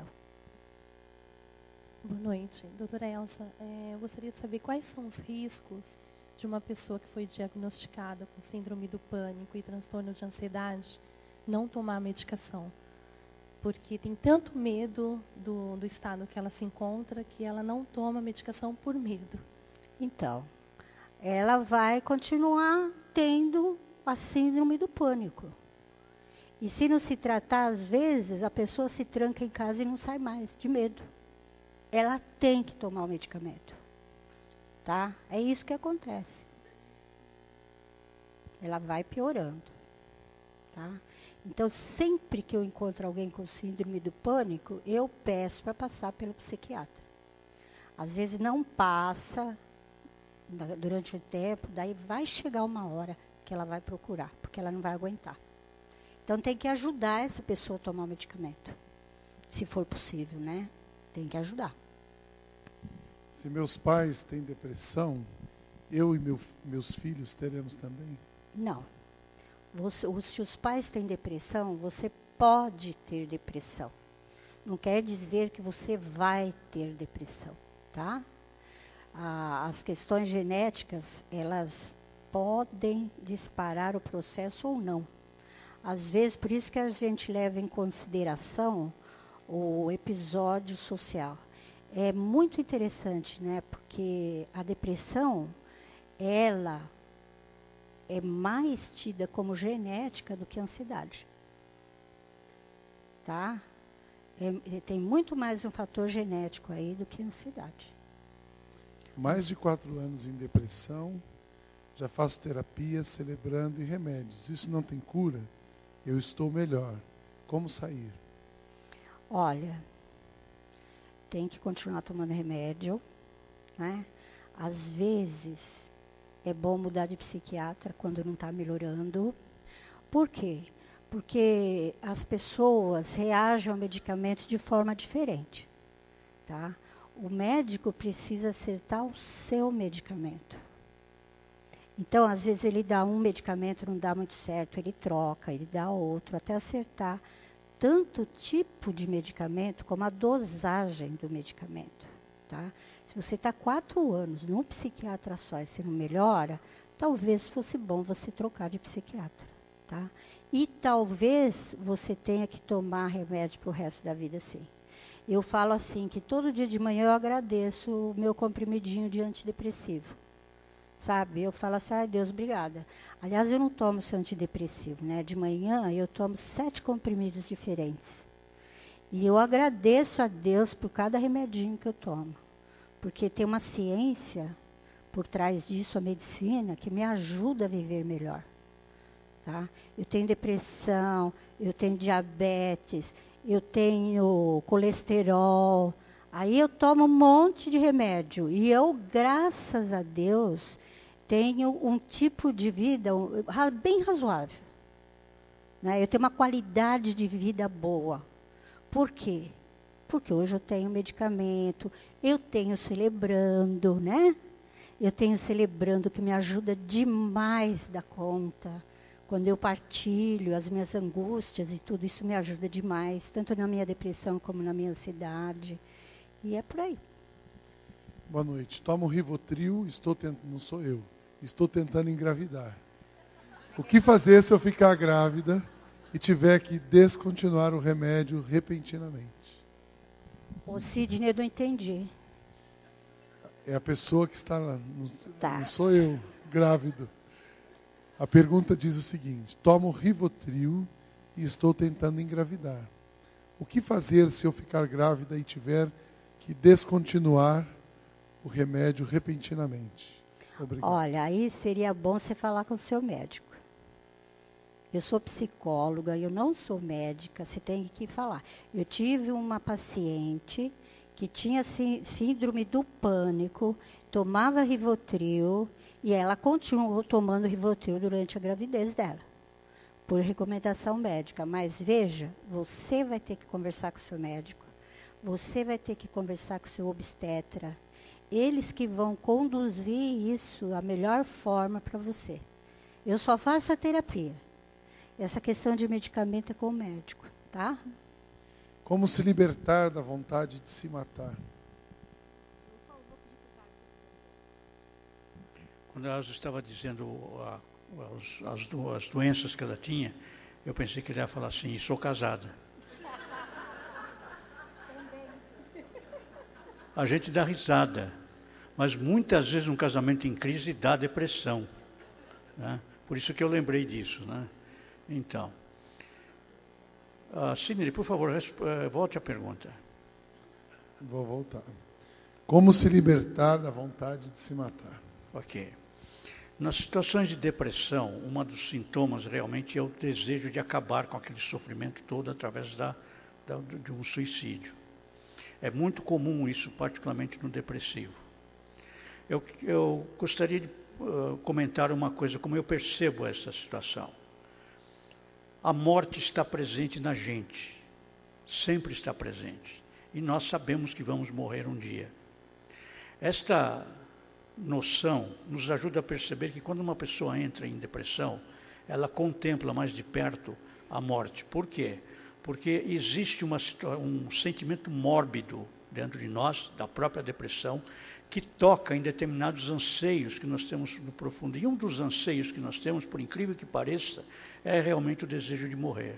Boa noite. Doutora Elsa, é, eu gostaria de saber quais são os riscos de uma pessoa que foi diagnosticada com síndrome do pânico e transtorno de ansiedade não tomar a medicação. Porque tem tanto medo do, do estado que ela se encontra que ela não toma a medicação por medo. Então, ela vai continuar tendo a síndrome do pânico. E se não se tratar, às vezes, a pessoa se tranca em casa e não sai mais, de medo. Ela tem que tomar o medicamento. Tá? É isso que acontece. Ela vai piorando. Tá? Então, sempre que eu encontro alguém com síndrome do pânico, eu peço para passar pelo psiquiatra. Às vezes não passa durante o tempo, daí vai chegar uma hora que ela vai procurar, porque ela não vai aguentar. Então, tem que ajudar essa pessoa a tomar o medicamento. Se for possível, né? Tem que ajudar. Se meus pais têm depressão, eu e meu, meus filhos teremos também? Não. Você, se os pais têm depressão, você pode ter depressão. Não quer dizer que você vai ter depressão, tá? Ah, as questões genéticas, elas podem disparar o processo ou não. Às vezes, por isso que a gente leva em consideração o episódio social. É muito interessante, né? Porque a depressão, ela é mais tida como genética do que a ansiedade. Tá? É, tem muito mais um fator genético aí do que a ansiedade. Mais de quatro anos em depressão, já faço terapia, celebrando e remédios. Isso não tem cura? Eu estou melhor. Como sair? Olha, tem que continuar tomando remédio, né? Às vezes é bom mudar de psiquiatra quando não está melhorando. Por quê? Porque as pessoas reagem ao medicamento de forma diferente, tá? O médico precisa acertar o seu medicamento. Então, às vezes ele dá um medicamento, não dá muito certo, ele troca, ele dá outro, até acertar tanto o tipo de medicamento como a dosagem do medicamento, tá? Se você está quatro anos num psiquiatra só e você não melhora, talvez fosse bom você trocar de psiquiatra, tá? E talvez você tenha que tomar remédio para o resto da vida, sim. Eu falo assim, que todo dia de manhã eu agradeço o meu comprimidinho de antidepressivo. Sabe? Eu falo assim, ai Deus, obrigada. Aliás, eu não tomo esse antidepressivo, né? De manhã eu tomo sete comprimidos diferentes. E eu agradeço a Deus por cada remedinho que eu tomo. Porque tem uma ciência por trás disso, a medicina, que me ajuda a viver melhor. Tá? Eu tenho depressão, eu tenho diabetes, eu tenho colesterol. Aí eu tomo um monte de remédio. E eu, graças a Deus, tenho um tipo de vida bem razoável. Né? Eu tenho uma qualidade de vida boa. Por quê? Porque hoje eu tenho medicamento, eu tenho celebrando, né? Eu tenho celebrando que me ajuda demais da conta. Quando eu partilho as minhas angústias e tudo, isso me ajuda demais, tanto na minha depressão como na minha ansiedade. E é por aí. Boa noite. Tomo Rivotril, estou tent... não sou eu. Estou tentando engravidar. O que fazer se eu ficar grávida e tiver que descontinuar o remédio repentinamente? Ô Sidney, eu não entendi. É a pessoa que está lá. Não, tá. não sou eu, grávido. A pergunta diz o seguinte: tomo Rivotril e estou tentando engravidar. O que fazer se eu ficar grávida e tiver que descontinuar o remédio repentinamente? Obrigado. Olha, aí seria bom você falar com o seu médico. Eu sou psicóloga, eu não sou médica, você tem que falar. Eu tive uma paciente que tinha síndrome do pânico, tomava Rivotril e ela continuou tomando Rivotril durante a gravidez dela, por recomendação médica. Mas veja, você vai ter que conversar com o seu médico, você vai ter que conversar com o seu obstetra. Eles que vão conduzir isso a melhor forma para você. Eu só faço a terapia. Essa questão de medicamento é com o médico, tá? Como se libertar da vontade de se matar? Quando ela estava dizendo a, as, as, do, as doenças que ela tinha, eu pensei que ele ia falar assim, sou casada. A gente dá risada, mas muitas vezes um casamento em crise dá depressão, né? Por isso que eu lembrei disso, né? Então, uh, Sidney, por favor, uh, volte à pergunta. Vou voltar. Como se libertar da vontade de se matar? Ok. Nas situações de depressão, um dos sintomas realmente é o desejo de acabar com aquele sofrimento todo através da, da, de um suicídio. É muito comum isso, particularmente no depressivo. Eu, eu gostaria de uh, comentar uma coisa, como eu percebo essa situação. A morte está presente na gente, sempre está presente. E nós sabemos que vamos morrer um dia. Esta noção nos ajuda a perceber que quando uma pessoa entra em depressão, ela contempla mais de perto a morte. Por quê? Porque existe uma, um sentimento mórbido dentro de nós, da própria depressão, que toca em determinados anseios que nós temos no profundo. E um dos anseios que nós temos, por incrível que pareça, é realmente o desejo de morrer.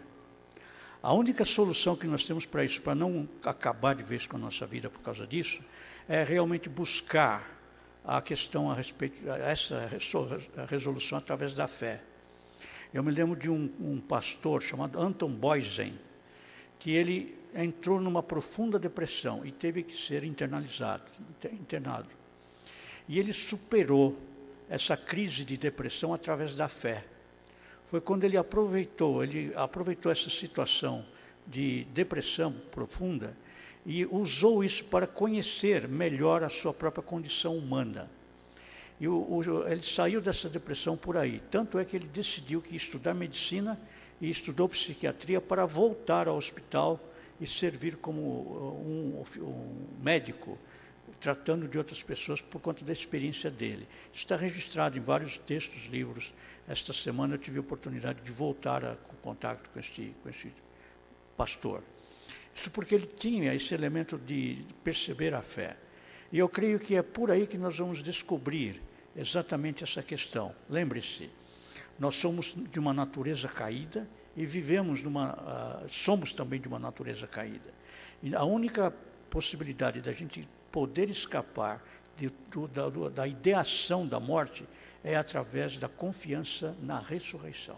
A única solução que nós temos para isso, para não acabar de vez com a nossa vida por causa disso, é realmente buscar a questão a respeito, essa resolução através da fé. Eu me lembro de um, um pastor chamado Anton Boysen, que ele entrou numa profunda depressão e teve que ser internalizado, internado. E ele superou essa crise de depressão através da fé. Foi quando ele aproveitou, ele aproveitou essa situação de depressão profunda e usou isso para conhecer melhor a sua própria condição humana. E o, o, ele saiu dessa depressão por aí. Tanto é que ele decidiu que ia estudar medicina e estudou psiquiatria para voltar ao hospital e servir como um, um médico, tratando de outras pessoas por conta da experiência dele. Está registrado em vários textos, livros. Esta semana eu tive a oportunidade de voltar a contato com este, com este pastor. Isso porque ele tinha esse elemento de perceber a fé. E eu creio que é por aí que nós vamos descobrir exatamente essa questão. Lembre-se, nós somos de uma natureza caída e vivemos numa, uh, somos também de uma natureza caída. E a única possibilidade da gente poder escapar de, do, da, do, da ideação da morte é através da confiança na ressurreição.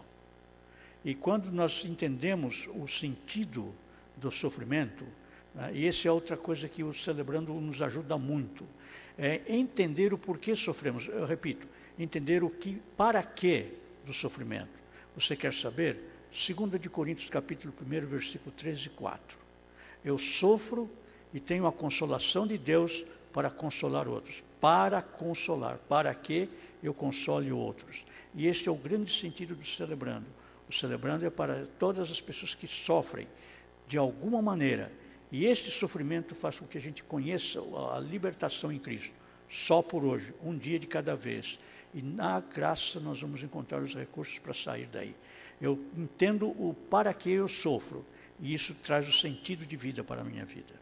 E quando nós entendemos o sentido do sofrimento, né, e essa é outra coisa que o Celebrando nos ajuda muito, é entender o porquê sofremos. Eu repito, entender o que, para quê do sofrimento. Você quer saber? Segunda de Coríntios, capítulo um, versículo treze e quatro. Eu sofro e tenho a consolação de Deus para consolar outros. Para consolar. Para que eu console outros. E este é o grande sentido do Celebrando. O Celebrando é para todas as pessoas que sofrem de alguma maneira. E este sofrimento faz com que a gente conheça a libertação em Cristo. Só por hoje, um dia de cada vez. E na graça nós vamos encontrar os recursos para sair daí. Eu entendo o para que eu sofro. E isso traz o sentido de vida para a minha vida.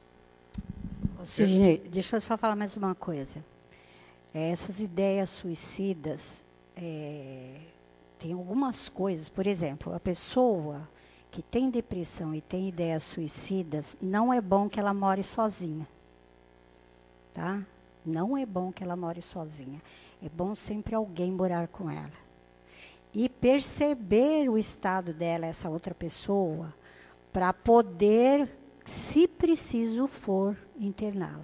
Sidney, deixa eu só falar mais uma coisa. Essas ideias suicidas, é, tem algumas coisas. Por exemplo, a pessoa que tem depressão e tem ideias suicidas, não é bom que ela more sozinha. Tá? Não é bom que ela more sozinha. É bom sempre alguém morar com ela. E perceber o estado dela, essa outra pessoa, para poder, se preciso for, interná-la.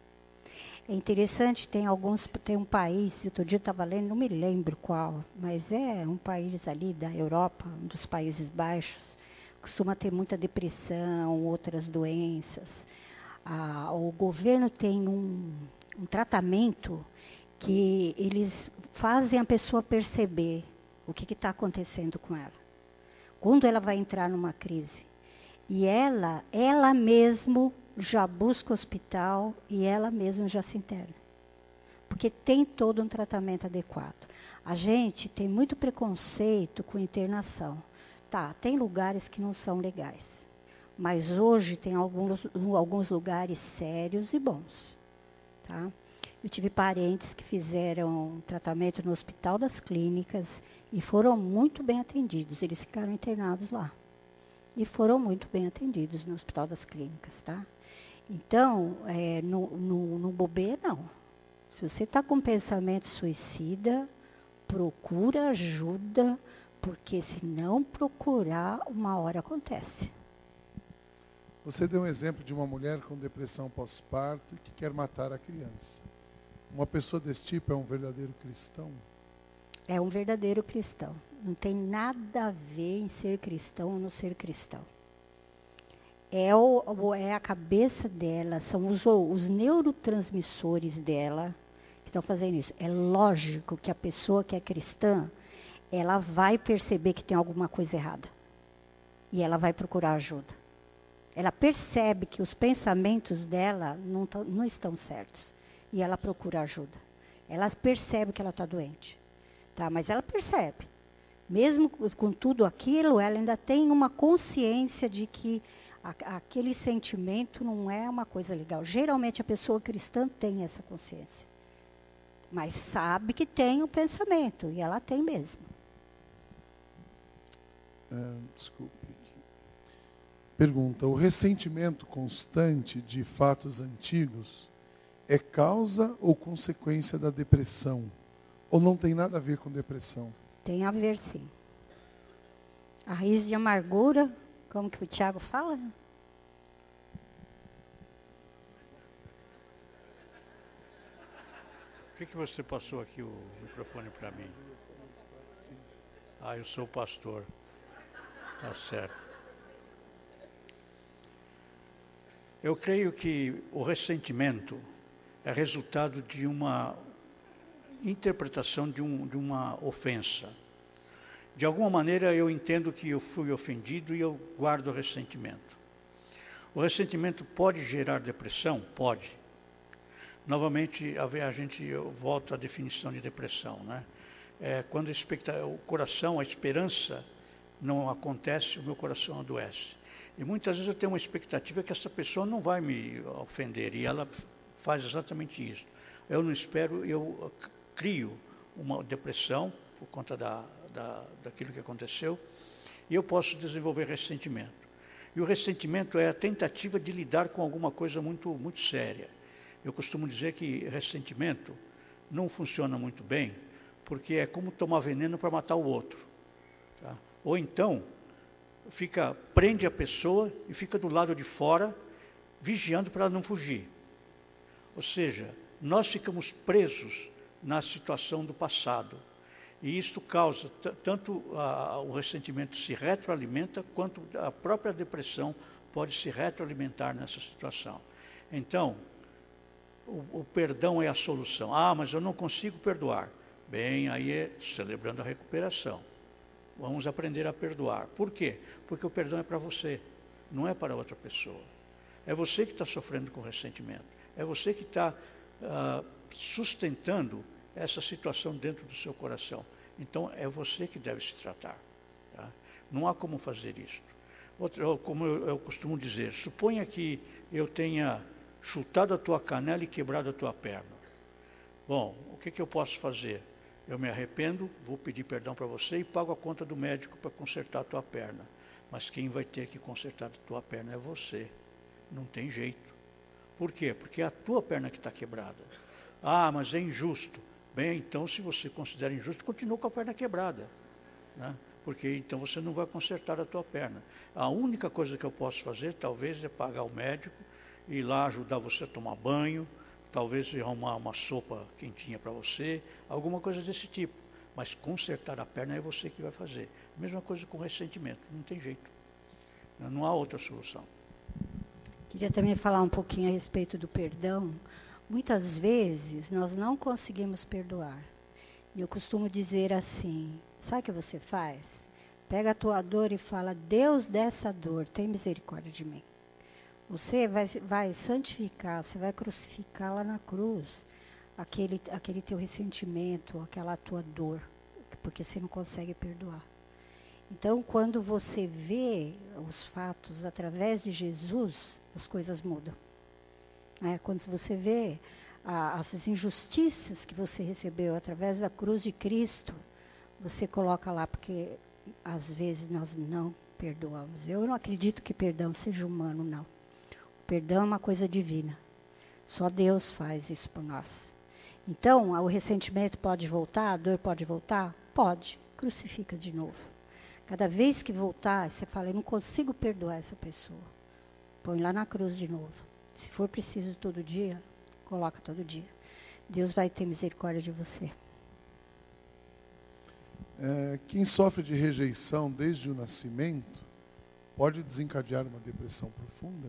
É interessante, tem alguns, tem um país, outro dia eu estava lendo, não me lembro qual, mas é um país ali da Europa, um dos Países Baixos, costuma ter muita depressão, outras doenças. Ah, o governo tem um, um tratamento que eles fazem a pessoa perceber o que está acontecendo com ela. Quando ela vai entrar numa crise. E ela, ela mesma já busca o hospital e ela mesma já se interna. Porque tem todo um tratamento adequado. A gente tem muito preconceito com internação. Tá, tem lugares que não são legais. Mas hoje tem alguns, alguns lugares sérios e bons. Tá? Eu tive parentes que fizeram tratamento no Hospital das Clínicas e foram muito bem atendidos. Eles ficaram internados lá. E foram muito bem atendidos no Hospital das Clínicas, tá? Então, é, no, no, no bobeira, não. Se você está com pensamento suicida, procura ajuda, porque se não procurar, uma hora acontece. Você deu um exemplo de uma mulher com depressão pós-parto que quer matar a criança. Uma pessoa desse tipo é um verdadeiro cristão? É um verdadeiro cristão. Não tem nada a ver em ser cristão ou não ser cristão. É, o, é a cabeça dela, são os, os neurotransmissores dela que estão fazendo isso. É lógico que a pessoa que é cristã, ela vai perceber que tem alguma coisa errada. E ela vai procurar ajuda. Ela percebe que os pensamentos dela não, tão, não estão certos. E ela procura ajuda. Ela percebe que ela está doente. Tá, mas ela percebe. Mesmo com tudo aquilo, ela ainda tem uma consciência de que a, aquele sentimento não é uma coisa legal. Geralmente a pessoa cristã tem essa consciência, mas sabe que tem o pensamento, e ela tem mesmo. É, desculpe. Pergunta: o ressentimento constante de fatos antigos é causa ou consequência da depressão? Ou não tem nada a ver com depressão? Tem a ver, sim. A raiz de amargura, como que o Tiago fala? Por que, que você passou aqui o microfone para mim? Ah, eu sou o pastor. Tá certo. Eu creio que o ressentimento é resultado de uma interpretação de, um, de uma ofensa. De alguma maneira eu entendo que eu fui ofendido e eu guardo ressentimento. O ressentimento pode gerar depressão? Pode. Novamente, a gente, eu volto à definição de depressão, né? É quando o coração, a esperança não acontece, o meu coração adoece. E muitas vezes eu tenho uma expectativa que essa pessoa não vai me ofender, e ela faz exatamente isso. Eu não espero, eu crio uma depressão por conta da, da, daquilo que aconteceu, e eu posso desenvolver ressentimento. E o ressentimento é a tentativa de lidar com alguma coisa muito, muito séria. Eu costumo dizer que ressentimento não funciona muito bem, porque é como tomar veneno para matar o outro. Tá? Ou então, fica, prende a pessoa e fica do lado de fora, vigiando para ela não fugir. Ou seja, nós ficamos presos na situação do passado. E isso causa, tanto a, o ressentimento se retroalimenta, quanto a própria depressão pode se retroalimentar nessa situação. Então, o, o perdão é a solução. Ah, mas eu não consigo perdoar. Bem, aí é celebrando a recuperação. Vamos aprender a perdoar. Por quê? Porque o perdão é para você, não é para outra pessoa. É você que está sofrendo com ressentimento. É você que está uh, sustentando essa situação dentro do seu coração. Então, é você que deve se tratar. Tá? Não há como fazer isso. Outra, como eu, eu costumo dizer, suponha que eu tenha chutado a tua canela e quebrado a tua perna. Bom, o que, que eu posso fazer? Eu me arrependo, vou pedir perdão para você e pago a conta do médico para consertar a tua perna. Mas quem vai ter que consertar a tua perna é você. Não tem jeito. Por quê? Porque é a tua perna que está quebrada. Ah, mas é injusto. Bem, então se você considera injusto, continua com a perna quebrada. Né? Porque então você não vai consertar a tua perna. A única coisa que eu posso fazer, talvez, é pagar o médico, ir lá ajudar você a tomar banho, talvez arrumar uma sopa quentinha para você, alguma coisa desse tipo. Mas consertar a perna é você que vai fazer. Mesma coisa com ressentimento, não tem jeito. Não há outra solução. Queria também falar um pouquinho a respeito do perdão. Muitas vezes nós não conseguimos perdoar. E eu costumo dizer assim, sabe o que você faz? Pega a tua dor e fala, Deus dessa dor, tem misericórdia de mim. Você vai, vai santificar, você vai crucificar lá na cruz aquele, aquele teu ressentimento, aquela tua dor, porque você não consegue perdoar. Então, quando você vê os fatos através de Jesus, as coisas mudam. É, quando você vê a, as injustiças que você recebeu através da cruz de Cristo, você coloca lá, porque às vezes nós não perdoamos. Eu não acredito que perdão seja humano, não. Perdão é uma coisa divina. Só Deus faz isso por nós. Então, o ressentimento pode voltar, a dor pode voltar? Pode. Crucifica de novo. Cada vez que voltar, você fala, eu não consigo perdoar essa pessoa. Põe lá na cruz de novo. Se for preciso todo dia, coloca todo dia. Deus vai ter misericórdia de você. É, quem sofre de rejeição desde o nascimento pode desencadear uma depressão profunda?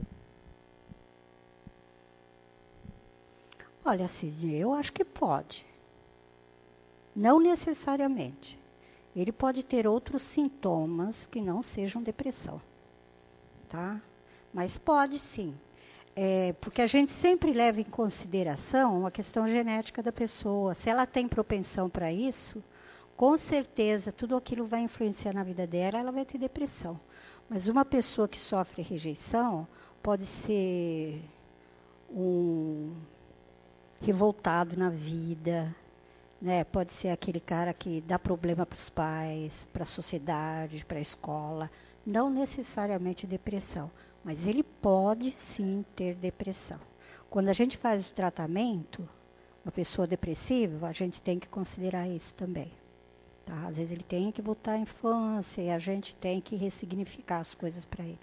Olha, Sidney, eu acho que pode. Não necessariamente. Ele pode ter outros sintomas que não sejam depressão. Tá? Mas pode sim. É, porque a gente sempre leva em consideração a questão genética da pessoa. Se ela tem propensão para isso, com certeza, tudo aquilo vai influenciar na vida dela, ela vai ter depressão. Mas uma pessoa que sofre rejeição pode ser um revoltado na vida, né? Pode ser aquele cara que dá problema para os pais, para a sociedade, para a escola. Não necessariamente depressão, mas ele pode sim ter depressão. Quando a gente faz o tratamento, uma pessoa depressiva, a gente tem que considerar isso também. Tá? Às vezes ele tem que voltar à infância e a gente tem que ressignificar as coisas para ele.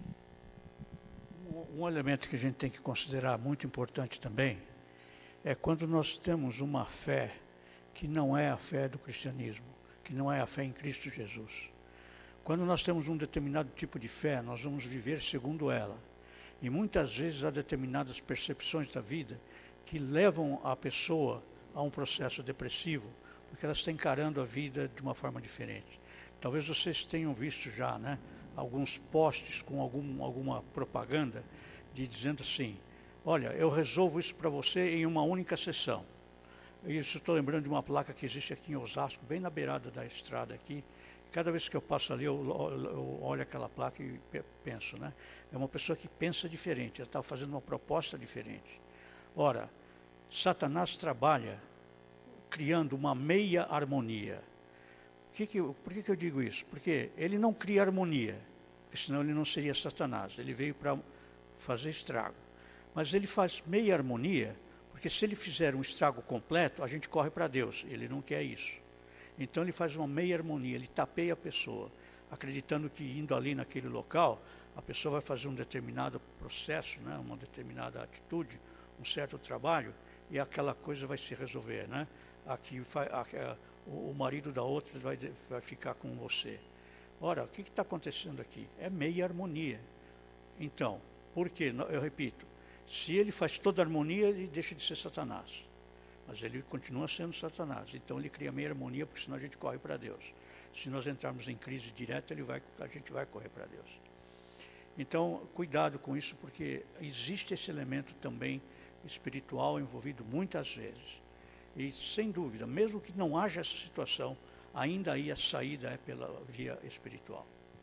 Um, um elemento que a gente tem que considerar muito importante também é quando nós temos uma fé que não é a fé do cristianismo, que não é a fé em Cristo Jesus. Quando nós temos um determinado tipo de fé, nós vamos viver segundo ela. E muitas vezes há determinadas percepções da vida que levam a pessoa a um processo depressivo, porque ela está encarando a vida de uma forma diferente. Talvez vocês tenham visto já, né, alguns posts com algum, alguma propaganda de dizendo assim, olha, eu resolvo isso para você em uma única sessão. Isso estou lembrando de uma placa que existe aqui em Osasco, bem na beirada da estrada aqui. Cada vez que eu passo ali, eu, eu olho aquela placa e penso, né? É uma pessoa que pensa diferente, ela está fazendo uma proposta diferente. Ora, Satanás trabalha criando uma meia harmonia. Que que, por que, que eu digo isso? Porque ele não cria harmonia, senão ele não seria Satanás. Ele veio para fazer estrago. Mas ele faz meia harmonia, porque se ele fizer um estrago completo, a gente corre para Deus. Ele não quer isso. Então ele faz uma meia harmonia, ele tapeia a pessoa, acreditando que indo ali naquele local, a pessoa vai fazer um determinado processo, né, uma determinada atitude, um certo trabalho, e aquela coisa vai se resolver, né? Aqui a, a, o marido da outra vai, vai ficar com você. Ora, o que está acontecendo aqui? É meia harmonia. Então, por quê? Eu repito, se ele faz toda a harmonia, ele deixa de ser Satanás. Mas ele continua sendo Satanás. Então ele cria meia harmonia, porque senão a gente corre para Deus. Se nós entrarmos em crise direta, ele vai, a gente vai correr para Deus. Então, cuidado com isso, porque existe esse elemento também espiritual envolvido muitas vezes. E, sem dúvida, mesmo que não haja essa situação, ainda aí a saída é pela via espiritual.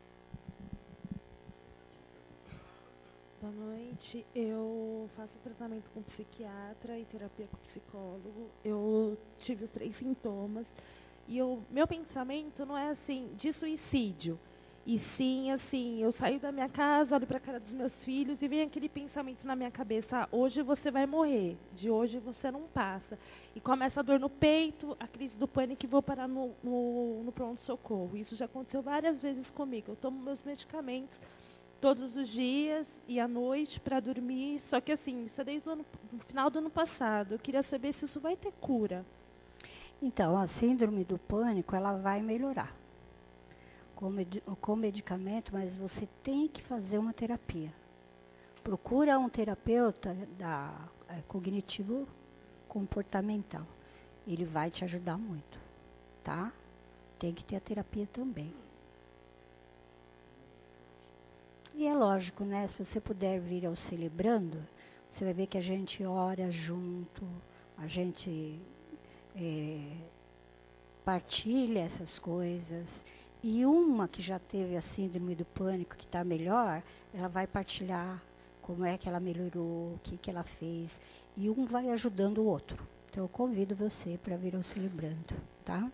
Boa noite. Eu faço tratamento com psiquiatra e terapia com psicólogo. Eu tive os três sintomas. E o meu pensamento não é assim, de suicídio. E sim, assim, eu saio da minha casa, olho para a cara dos meus filhos e vem aquele pensamento na minha cabeça, ah, hoje você vai morrer, de hoje você não passa. E começa a dor no peito, a crise do pânico e vou parar no, no, no pronto-socorro. Isso já aconteceu várias vezes comigo. Eu tomo meus medicamentos todos os dias e à noite para dormir. Só que assim, isso é desde o ano, no final do ano passado. Eu queria saber se isso vai ter cura. Então, a síndrome do pânico, ela vai melhorar com, med com medicamento, mas você tem que fazer uma terapia. Procura um terapeuta da, é, cognitivo comportamental. Ele vai te ajudar muito, tá? Tem que ter a terapia também. E é lógico, né? Se você puder vir ao Celebrando, você vai ver que a gente ora junto, a gente é, partilha essas coisas. E uma que já teve a síndrome do pânico, que está melhor, ela vai partilhar como é que ela melhorou, o que, que ela fez. E um vai ajudando o outro. Então eu convido você para vir ao Celebrando, tá?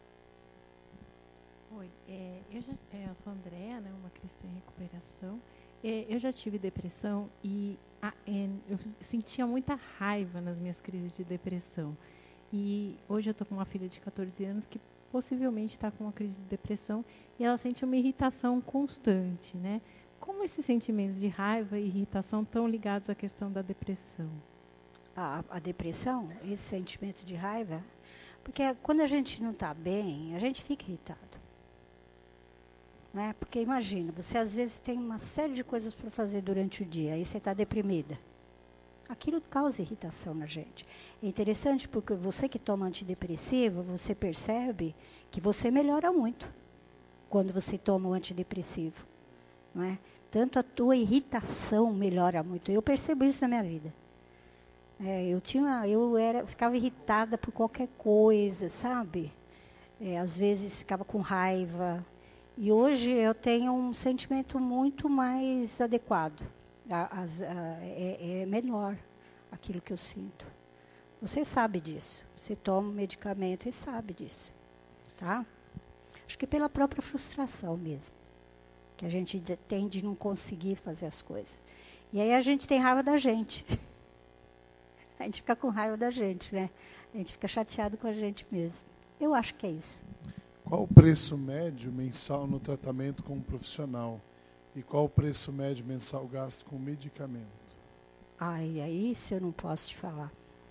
Oi, é, eu, já, é, eu sou a Andréa, né, uma cristã em recuperação. É, eu já tive depressão e a, é, eu sentia muita raiva nas minhas crises de depressão. E hoje eu estou com uma filha de quatorze anos que possivelmente está com uma crise de depressão e ela sente uma irritação constante, né? Como esses sentimentos de raiva e irritação estão ligados à questão da depressão? A, a depressão, esse sentimento de raiva, porque quando a gente não está bem, a gente fica irritado. Né? Porque imagina, você às vezes tem uma série de coisas para fazer durante o dia, aí você está deprimida. Aquilo causa irritação na gente. É interessante porque você que toma antidepressivo, você percebe que você melhora muito quando você toma o antidepressivo. Não é? Tanto a tua irritação melhora muito. Eu percebo isso na minha vida. É, eu tinha, eu era, eu ficava irritada por qualquer coisa, sabe? é, às vezes ficava com raiva. E hoje eu tenho um sentimento muito mais adequado. A, as, a, é, é menor aquilo que eu sinto. Você sabe disso. Você toma um medicamento e sabe disso. Tá? Acho que pela própria frustração mesmo. Que a gente tem de não conseguir fazer as coisas. E aí a gente tem raiva da gente. A gente fica com raiva da gente, né? A gente fica chateado com a gente mesmo. Eu acho que é isso. Qual o preço médio mensal no tratamento com um profissional? E qual o preço médio mensal gasto com medicamento? Ai, aí isso eu não posso te falar.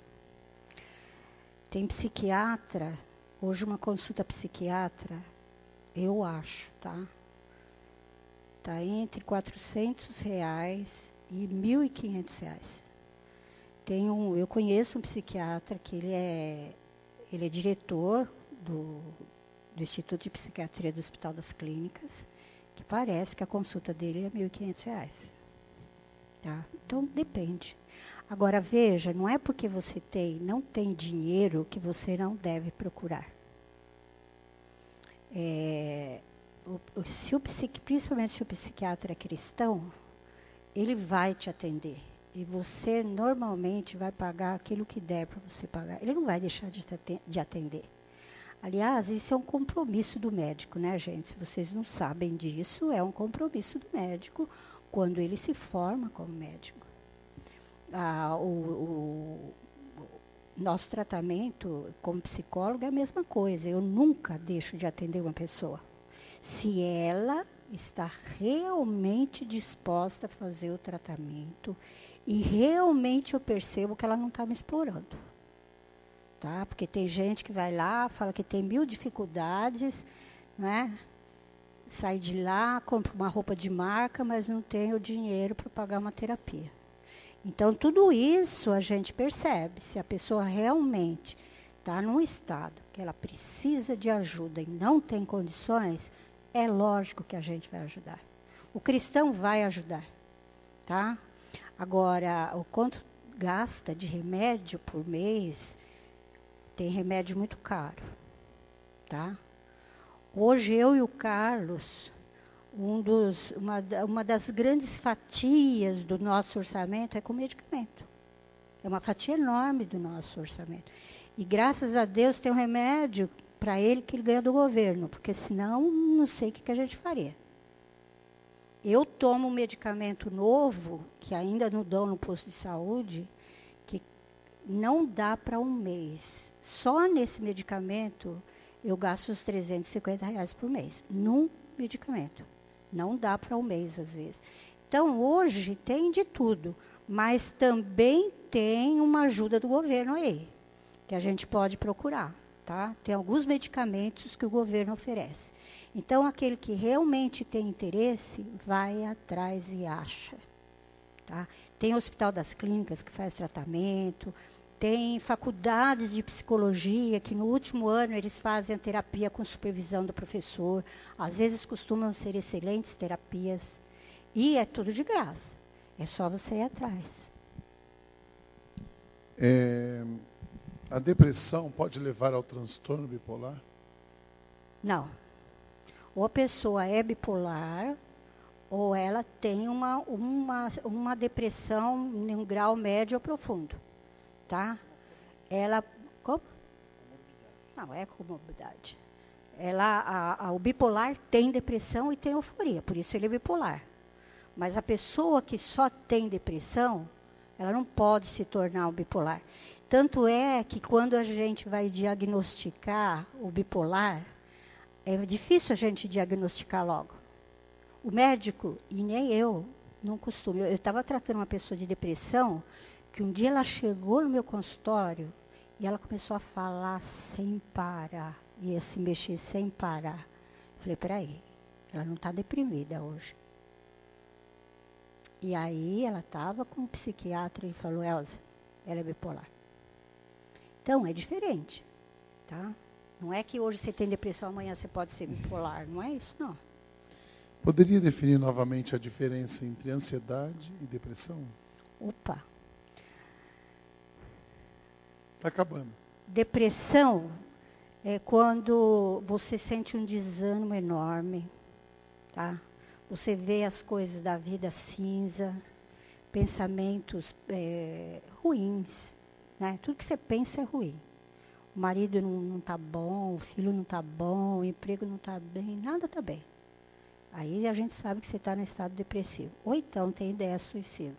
Tem psiquiatra, hoje uma consulta psiquiatra, eu acho, tá? Tá entre quatrocentos reais e mil e quinhentos reais. Tem um, eu conheço um psiquiatra que ele é, ele é diretor do, do Instituto de Psiquiatria do Hospital das Clínicas, que parece que a consulta dele é mil e quinhentos reais. Tá? Então, depende. Agora, veja, não é porque você tem, não tem dinheiro que você não deve procurar. É, o, o, se o psiqui, principalmente se o psiquiatra é cristão, ele vai te atender. E você normalmente vai pagar aquilo que der para você pagar. Ele não vai deixar de atender. Aliás, isso é um compromisso do médico, né, gente? Se vocês não sabem disso, é um compromisso do médico quando ele se forma como médico. Ah, o, o, o nosso tratamento como psicólogo é a mesma coisa. Eu nunca deixo de atender uma pessoa. Se ela está realmente disposta a fazer o tratamento e realmente eu percebo que ela não está me explorando. Tá? Porque tem gente que vai lá, fala que tem mil dificuldades, né? Sai de lá, compra uma roupa de marca, mas não tem o dinheiro para pagar uma terapia. Então, tudo isso a gente percebe. Se a pessoa realmente está num estado que ela precisa de ajuda e não tem condições, é lógico que a gente vai ajudar. O cristão vai ajudar, tá? Agora, o quanto gasta de remédio por mês, tem remédio muito caro, tá? Hoje eu e o Carlos, um dos, uma, uma das grandes fatias do nosso orçamento é com medicamento. É uma fatia enorme do nosso orçamento. E graças a Deus tem um remédio para ele que ele ganha do governo, porque senão não sei o que, que a gente faria. Eu tomo um medicamento novo, que ainda não dão no posto de saúde, que não dá para um mês. Só nesse medicamento eu gasto os trezentos e cinquenta reais por mês. Num medicamento. Não dá para um mês, às vezes. Então, hoje tem de tudo, mas também tem uma ajuda do governo aí, que a gente pode procurar, tá? Tem alguns medicamentos que o governo oferece. Então, aquele que realmente tem interesse, vai atrás e acha. Tá? Tem o Hospital das Clínicas que faz tratamento, tem faculdades de psicologia que no último ano eles fazem a terapia com supervisão do professor. Às vezes costumam ser excelentes terapias. E é tudo de graça. É só você ir atrás. É, a depressão pode levar ao transtorno bipolar? Não. Ou a pessoa é bipolar, ou ela tem uma, uma, uma depressão em um grau médio ou profundo. Tá? Ela... Como? Não, é comorbidade. Ela, a, a, o bipolar tem depressão e tem euforia, por isso ele é bipolar. Mas a pessoa que só tem depressão, ela não pode se tornar um bipolar. Tanto é que quando a gente vai diagnosticar o bipolar, é difícil a gente diagnosticar logo. O médico, e nem eu, não costumo. Eu estava tratando uma pessoa de depressão, que um dia ela chegou no meu consultório e ela começou a falar sem parar, ia se mexer sem parar. Eu falei, peraí, ela não está deprimida hoje. E aí ela estava com um psiquiatra e falou, Elza, ela é bipolar. Então, é diferente, tá? Não é que hoje você tem depressão, amanhã você pode ser bipolar, não é isso, não. Poderia definir novamente a diferença entre ansiedade e depressão? Opa! Está acabando. Depressão é quando você sente um desânimo enorme, tá? Você vê as coisas da vida cinza, pensamentos é, ruins, né? Tudo que você pensa é ruim. O marido não está bom, o filho não está bom, o emprego não está bem, nada está bem. Aí a gente sabe que você está no estado depressivo. Ou então tem ideias suicidas.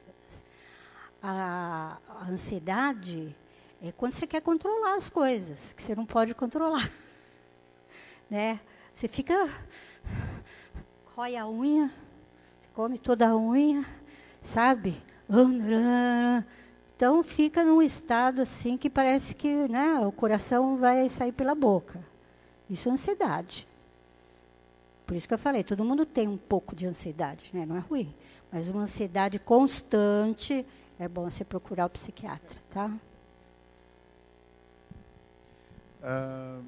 A, a ansiedade é quando você quer controlar as coisas, que você não pode controlar. Né? Você fica... rói a unha, come toda a unha, sabe? Então fica num estado assim que parece que, né, o coração vai sair pela boca. Isso é ansiedade. Por isso que eu falei, todo mundo tem um pouco de ansiedade, né? Não é ruim. Mas uma ansiedade constante, é bom você procurar o psiquiatra, tá? Ah,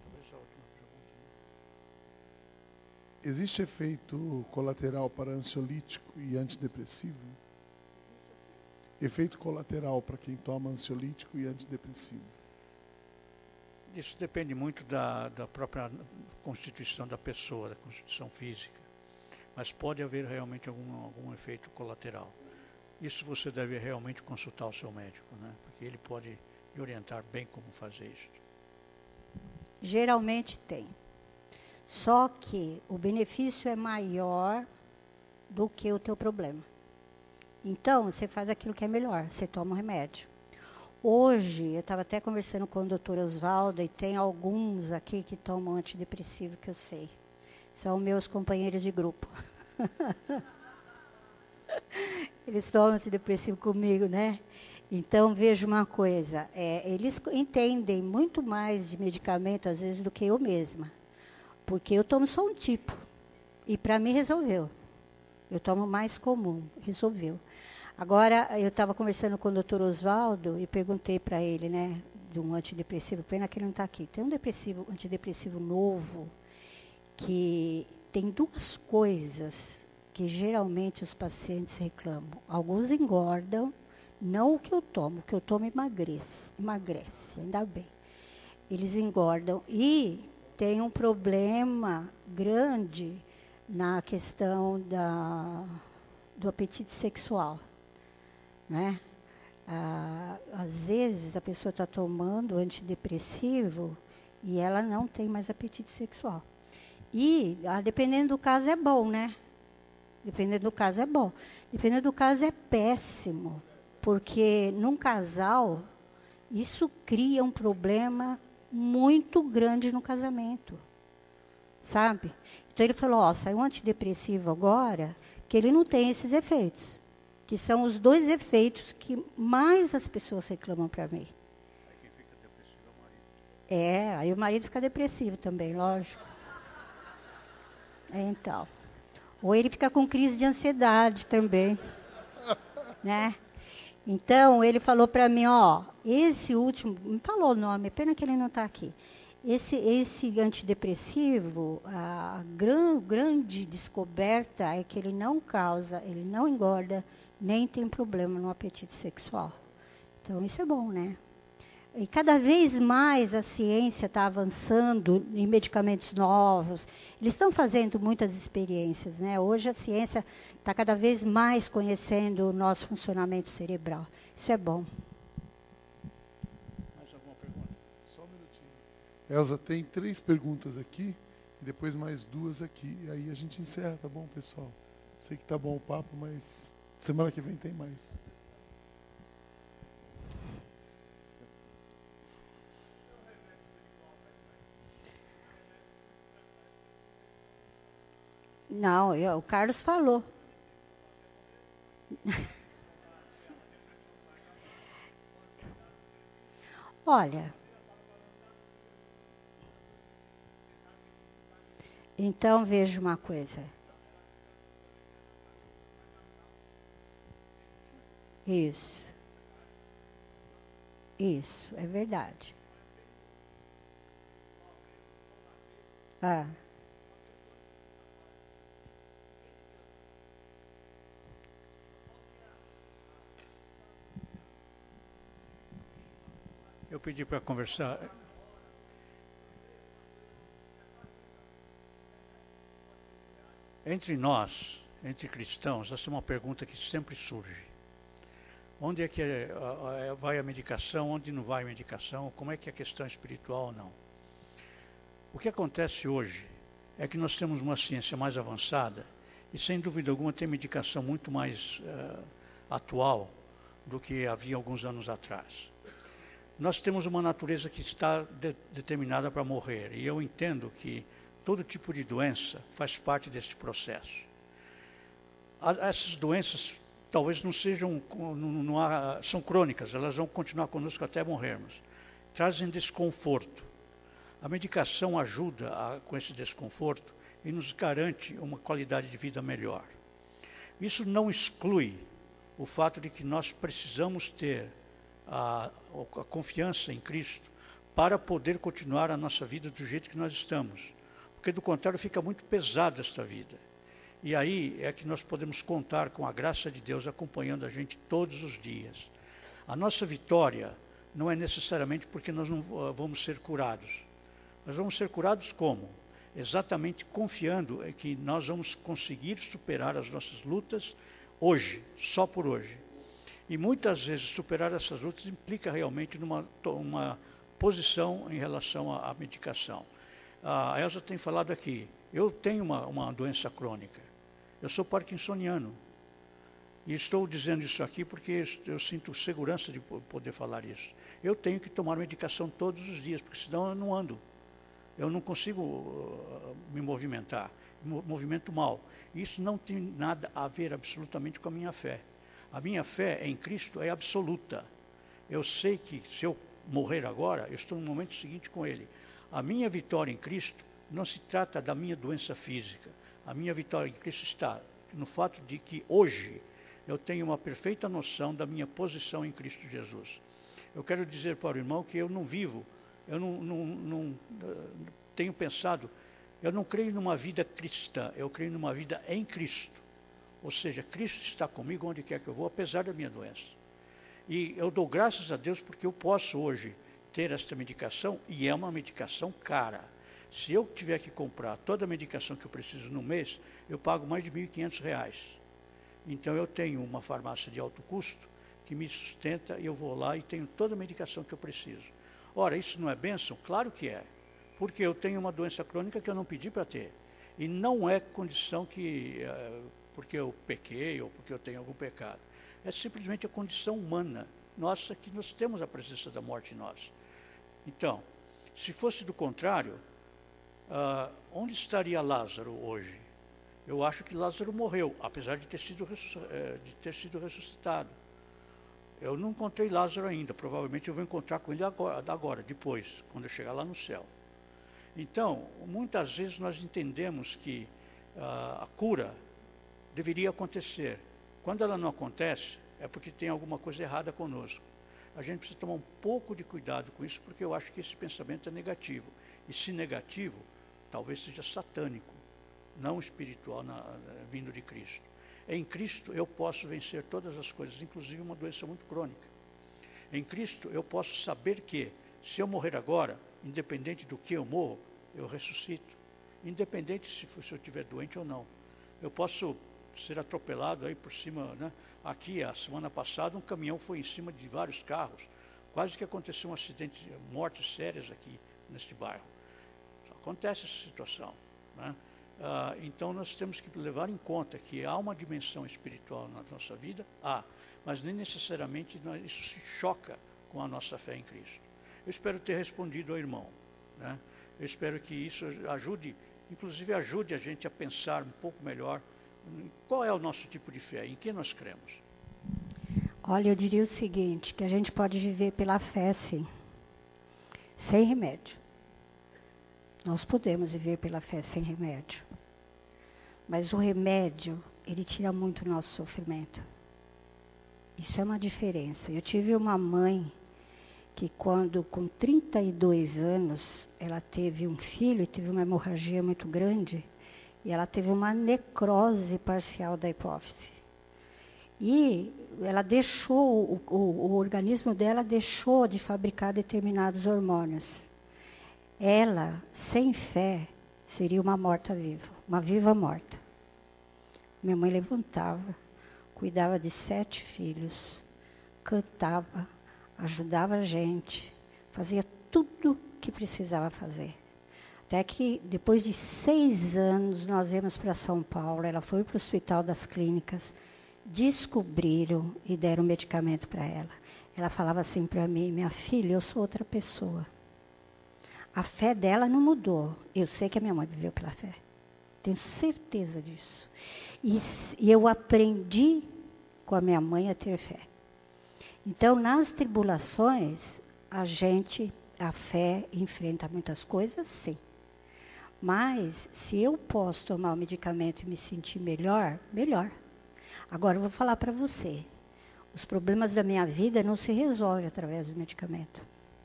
existe efeito colateral para ansiolítico e antidepressivo? Efeito colateral para quem toma ansiolítico e antidepressivo? Isso depende muito da, da própria constituição da pessoa, da constituição física. Mas pode haver realmente algum, algum efeito colateral. Isso você deve realmente consultar o seu médico, né? Porque ele pode lhe orientar bem como fazer isso. Geralmente tem. Só que o benefício é maior do que o teu problema. Então, você faz aquilo que é melhor, você toma o remédio. Hoje, eu estava até conversando com o doutor Oswaldo, e tem alguns aqui que tomam antidepressivo, que eu sei. São meus companheiros de grupo. Eles tomam antidepressivo comigo, né? Então, veja uma coisa, é, eles entendem muito mais de medicamento, às vezes, do que eu mesma. Porque eu tomo só um tipo, e para mim resolveu. Eu tomo mais comum, resolveu. Agora, eu estava conversando com o doutor Oswaldo e perguntei para ele, né, de um antidepressivo, pena que ele não está aqui. Tem um depressivo, antidepressivo novo, que tem duas coisas que geralmente os pacientes reclamam. Alguns engordam, não o que eu tomo, o que eu tomo emagrece, emagrece, ainda bem. Eles engordam e tem um problema grande na questão da, do apetite sexual, né? Ah, às vezes a pessoa está tomando antidepressivo e ela não tem mais apetite sexual. E, ah, dependendo do caso, é bom, né? Dependendo do caso, é bom. Dependendo do caso, é péssimo. Porque num casal, isso cria um problema muito grande no casamento. Sabe? Então ele falou, ó, saiu um antidepressivo agora, que ele não tem esses efeitos. Que são os dois efeitos que mais as pessoas reclamam para mim. Aí quem fica depressivo é o marido. É, aí o marido fica depressivo também, lógico. É, então. Ou ele fica com crise de ansiedade também. Né? Então, ele falou para mim, ó, esse último, me falou o nome, pena que ele não está aqui. Esse, esse antidepressivo, a gran, grande descoberta é que ele não causa, ele não engorda, nem tem problema no apetite sexual. Então, isso é bom, né? E cada vez mais a ciência está avançando em medicamentos novos. Eles estão fazendo muitas experiências, né? Hoje a ciência está cada vez mais conhecendo o nosso funcionamento cerebral. Isso é bom. Mais alguma pergunta? Só um minutinho. Elza, tem três perguntas aqui e depois mais duas aqui. E aí a gente encerra, tá bom, pessoal? Sei que tá bom o papo, mas semana que vem tem mais. Não, eu, o Carlos falou. Olha, então veja uma coisa. Isso. Isso, é verdade. Ah. Eu pedi para conversar. Entre nós, entre cristãos, essa é uma pergunta que sempre surge. Onde é que é, é, vai a medicação, onde não vai a medicação, como é que é a questão espiritual ou não? O que acontece hoje é que nós temos uma ciência mais avançada e, sem dúvida alguma, tem medicação muito mais uh, atual do que havia alguns anos atrás. Nós temos uma natureza que está de, determinada para morrer, e eu entendo que todo tipo de doença faz parte desse processo. A, essas doenças talvez não sejam, não, não há, são crônicas, elas vão continuar conosco até morrermos. Trazem desconforto. A medicação ajuda a, com esse desconforto e nos garante uma qualidade de vida melhor. Isso não exclui o fato de que nós precisamos ter a, a confiança em Cristo para poder continuar a nossa vida do jeito que nós estamos. Porque do contrário fica muito pesada esta vida. E aí é que nós podemos contar com a graça de Deus acompanhando a gente todos os dias. A nossa vitória não é necessariamente porque nós não vamos ser curados. Nós vamos ser curados como? Exatamente confiando que nós vamos conseguir superar as nossas lutas hoje, só por hoje. E muitas vezes superar essas lutas implica realmente numa uma posição em relação à, à medicação. A Elza tem falado aqui, eu tenho uma, uma doença crônica, eu sou parkinsoniano. E estou dizendo isso aqui porque eu sinto segurança de poder falar isso. Eu tenho que tomar medicação todos os dias, porque senão eu não ando. Eu não consigo uh, me movimentar, me movimento mal. Isso não tem nada a ver absolutamente com a minha fé. A minha fé em Cristo é absoluta. Eu sei que se eu morrer agora, eu estou no momento seguinte com Ele. A minha vitória em Cristo não se trata da minha doença física. A minha vitória em Cristo está no fato de que hoje eu tenho uma perfeita noção da minha posição em Cristo Jesus. Eu quero dizer para o irmão que eu não vivo, eu não, não, não uh, tenho pensado, eu não creio numa vida cristã, eu creio numa vida em Cristo. Ou seja, Cristo está comigo onde quer que eu vou, apesar da minha doença. E eu dou graças a Deus porque eu posso hoje ter esta medicação, e é uma medicação cara. Se eu tiver que comprar toda a medicação que eu preciso no mês, eu pago mais de mil e quinhentos reais. Então eu tenho uma farmácia de alto custo que me sustenta e eu vou lá e tenho toda a medicação que eu preciso. Ora, isso não é bênção? Claro que é. Porque eu tenho uma doença crônica que eu não pedi para ter. E não é condição que, uh, porque eu pequei ou porque eu tenho algum pecado. É simplesmente a condição humana nossa que nós temos a presença da morte em nós. Então, se fosse do contrário, uh, onde estaria Lázaro hoje? Eu acho que Lázaro morreu, apesar de ter sido, de ter sido ressuscitado. Eu não encontrei Lázaro ainda, provavelmente eu vou encontrar com ele agora, agora, depois, quando eu chegar lá no céu. Então, muitas vezes nós entendemos que uh, a cura deveria acontecer. Quando ela não acontece, é porque tem alguma coisa errada conosco. A gente precisa tomar um pouco de cuidado com isso, porque eu acho que esse pensamento é negativo. E se negativo, talvez seja satânico, não espiritual, na, vindo de Cristo. Em Cristo eu posso vencer todas as coisas, inclusive uma doença muito crônica. Em Cristo eu posso saber que, se eu morrer agora, independente do que eu morro, eu ressuscito. Independente se, se eu estiver doente ou não. Eu posso ser atropelado aí por cima, né? Aqui, a semana passada, um caminhão foi em cima de vários carros. Quase que aconteceu um acidente, mortes sérias aqui neste bairro. Acontece essa situação, né? Ah, então nós temos que levar em conta que há uma dimensão espiritual na nossa vida, há, mas nem necessariamente nós, isso se choca com a nossa fé em Cristo. Eu espero ter respondido ao irmão, né? Eu espero que isso ajude, inclusive ajude a gente a pensar um pouco melhor qual é o nosso tipo de fé, em que nós cremos. Olha, eu diria o seguinte, que a gente pode viver pela fé, sim, sem remédio. Nós podemos viver pela fé sem remédio. Mas o remédio, ele tira muito o nosso sofrimento. Isso é uma diferença. Eu tive uma mãe que quando, com trinta e dois anos, ela teve um filho e teve uma hemorragia muito grande, e ela teve uma necrose parcial da hipófise. E ela deixou, o, o, o organismo dela deixou de fabricar determinados hormônios. Ela, sem fé, seria uma morta-viva, uma viva morta. Minha mãe levantava, cuidava de sete filhos, cantava, ajudava a gente, fazia tudo que precisava fazer. Até que, depois de seis anos, nós viemos para São Paulo, ela foi para o Hospital das Clínicas, descobriram e deram medicamento para ela. Ela falava assim para mim, minha filha, eu sou outra pessoa. A fé dela não mudou. Eu sei que a minha mãe viveu pela fé. Tenho certeza disso. E, e eu aprendi com a minha mãe a ter fé. Então, nas tribulações, a gente, a fé enfrenta muitas coisas, sim. Mas, se eu posso tomar o medicamento e me sentir melhor, melhor. Agora, eu vou falar para você. Os problemas da minha vida não se resolvem através do medicamento.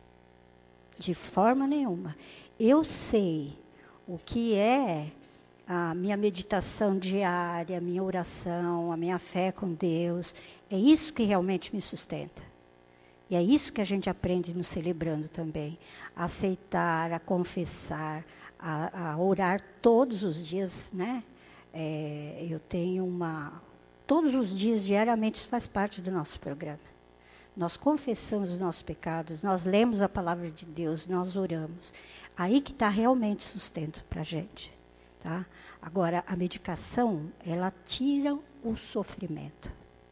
De forma nenhuma. Eu sei o que é a minha meditação diária, a minha oração, a minha fé com Deus. É isso que realmente me sustenta. E é isso que a gente aprende no Celebrando também. A aceitar, a confessar, a, a orar todos os dias, né? É, eu tenho uma... Todos os dias, diariamente, isso faz parte do nosso programa. Nós confessamos os nossos pecados, nós lemos a palavra de Deus, nós oramos. Aí que está realmente sustento para a gente. Tá? Agora, a medicação, ela tira o sofrimento.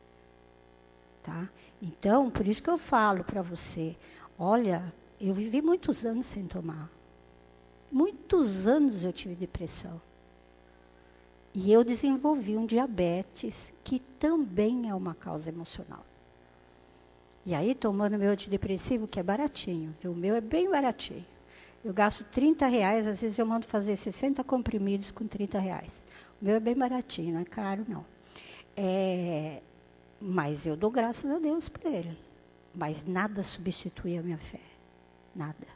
Tá? Então, por isso que eu falo para você, olha, eu vivi muitos anos sem tomar. Muitos anos eu tive depressão. E eu desenvolvi um diabetes, que também é uma causa emocional. E aí, tomando meu antidepressivo, que é baratinho, viu? O meu é bem baratinho. Eu gasto trinta reais, às vezes eu mando fazer sessenta comprimidos com trinta reais. O meu é bem baratinho, não é caro, não. É, mas eu dou graças a Deus por ele. Mas nada substitui a minha fé. Nada.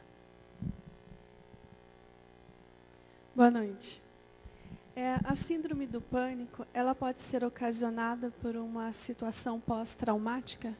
Boa noite. É, a síndrome do pânico, ela pode ser ocasionada por uma situação pós-traumática?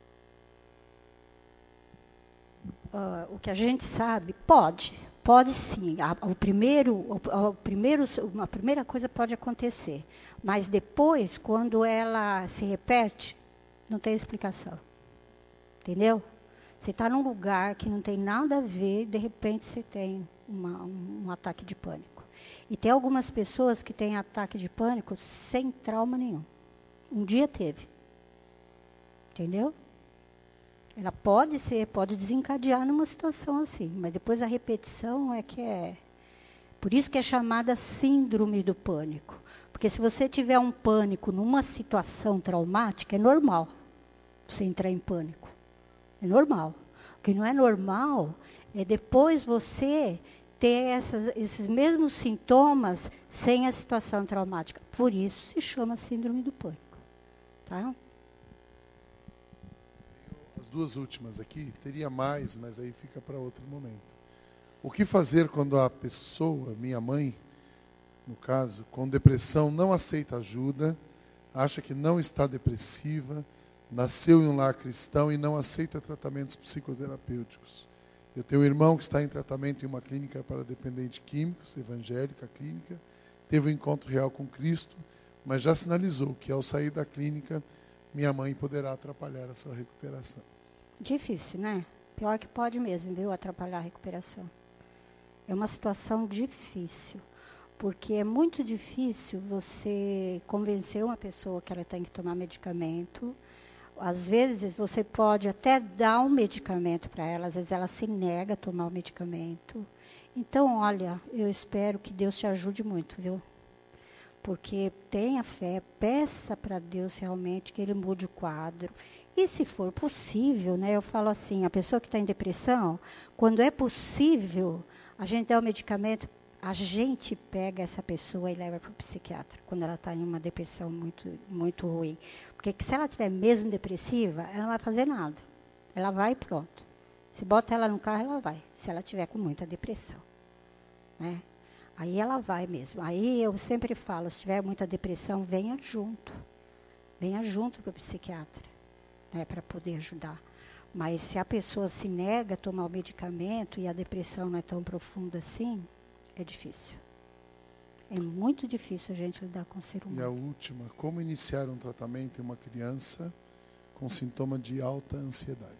Uh, o que a gente sabe, pode, pode sim. A, o primeiro, o, o primeiro, uma primeira coisa pode acontecer, mas depois, quando ela se repete, não tem explicação. Entendeu? Você está num lugar que não tem nada a ver, de repente você tem uma, um, um ataque de pânico. E tem algumas pessoas que têm ataque de pânico sem trauma nenhum. Um dia teve. Entendeu? Ela pode ser, pode desencadear numa situação assim, mas depois a repetição é que é... Por isso que é chamada síndrome do pânico. Porque se você tiver um pânico numa situação traumática, é normal você entrar em pânico. É normal. O que não é normal é depois você ter essas, esses mesmos sintomas sem a situação traumática. Por isso se chama síndrome do pânico. Tá? As duas últimas aqui, teria mais, mas aí fica para outro momento. O que fazer quando a pessoa, minha mãe, no caso, com depressão, não aceita ajuda, acha que não está depressiva, nasceu em um lar cristão e não aceita tratamentos psicoterapêuticos? Eu tenho um irmão que está em tratamento em uma clínica para dependentes químicos, evangélica clínica, teve um encontro real com Cristo, mas já sinalizou que ao sair da clínica, minha mãe poderá atrapalhar a sua recuperação. Difícil, né? Pior que pode mesmo, viu? Atrapalhar a recuperação. É uma situação difícil, porque é muito difícil você convencer uma pessoa que ela tem que tomar medicamento. Às vezes você pode até dar um medicamento para ela, às vezes ela se nega a tomar o medicamento. Então, olha, eu espero que Deus te ajude muito, viu? Porque tenha fé, peça para Deus realmente que Ele mude o quadro. E se for possível, né, eu falo assim, a pessoa que está em depressão, quando é possível, a gente dá o medicamento, a gente pega essa pessoa e leva para o psiquiatra, quando ela está em uma depressão muito, muito ruim. Porque se ela estiver mesmo depressiva, ela não vai fazer nada. Ela vai e pronto. Se bota ela no carro, ela vai, se ela tiver com muita depressão. Né? Aí ela vai mesmo. Aí eu sempre falo, se tiver muita depressão, venha junto. Venha junto para o psiquiatra, né, para poder ajudar. Mas se a pessoa se nega a tomar o medicamento e a depressão não é tão profunda assim, é difícil. É muito difícil a gente lidar com o ser E a humano. última, como iniciar um tratamento em uma criança com sintoma de alta ansiedade?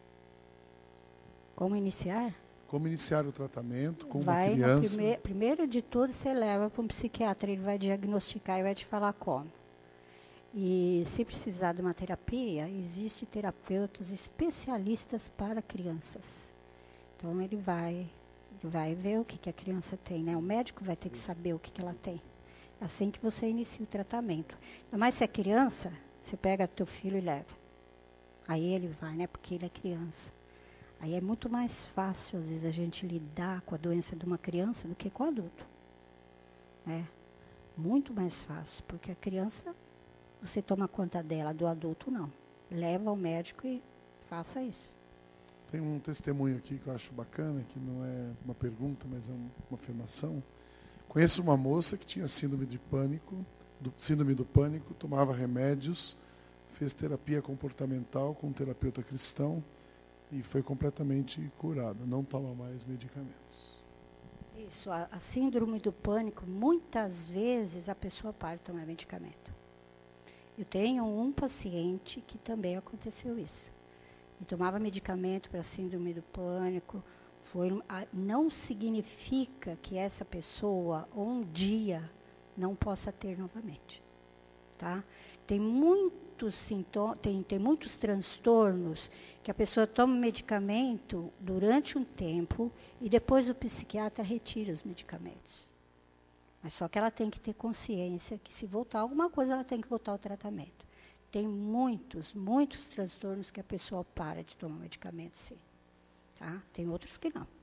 Como iniciar? Como iniciar o tratamento com Vai uma no criança? prime- primeiro de tudo, você leva para um psiquiatra, ele vai diagnosticar e vai te falar como. E se precisar de uma terapia, existem terapeutas especialistas para crianças. Então ele vai, ele vai ver o que, que a criança tem, né? O médico vai ter que saber o que, que ela tem. Assim que você inicia o tratamento. Mas se é criança, você pega teu filho e leva. Aí ele vai, né? Porque ele é criança. Aí é muito mais fácil, às vezes, a gente lidar com a doença de uma criança do que com o adulto. É muito mais fácil, porque a criança, você toma conta dela, do adulto não. Leva ao médico e faça isso. Tem um testemunho aqui que eu acho bacana, que não é uma pergunta, mas é um- uma afirmação. Conheço uma moça que tinha síndrome de pânico, do, síndrome do pânico, tomava remédios, fez terapia comportamental com um terapeuta cristão e foi completamente curada. Não toma mais medicamentos. Isso, a, a síndrome do pânico, muitas vezes a pessoa para de tomar medicamento. Eu tenho um paciente que também aconteceu isso. Ele tomava medicamento para síndrome do pânico. Foi, a, não significa que essa pessoa um dia não possa ter novamente. Tá? Tem muitos sintomas, tem, tem muitos transtornos que a pessoa toma medicamento durante um tempo e depois o psiquiatra retira os medicamentos. Mas só que ela tem que ter consciência que se voltar alguma coisa, ela tem que voltar ao tratamento. Tem muitos, muitos transtornos que a pessoa para de tomar medicamento, sim. Tá? Tem outros que não.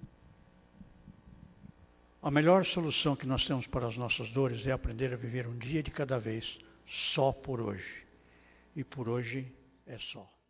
A melhor solução que nós temos para as nossas dores é aprender a viver um dia de cada vez, só por hoje. E por hoje é só.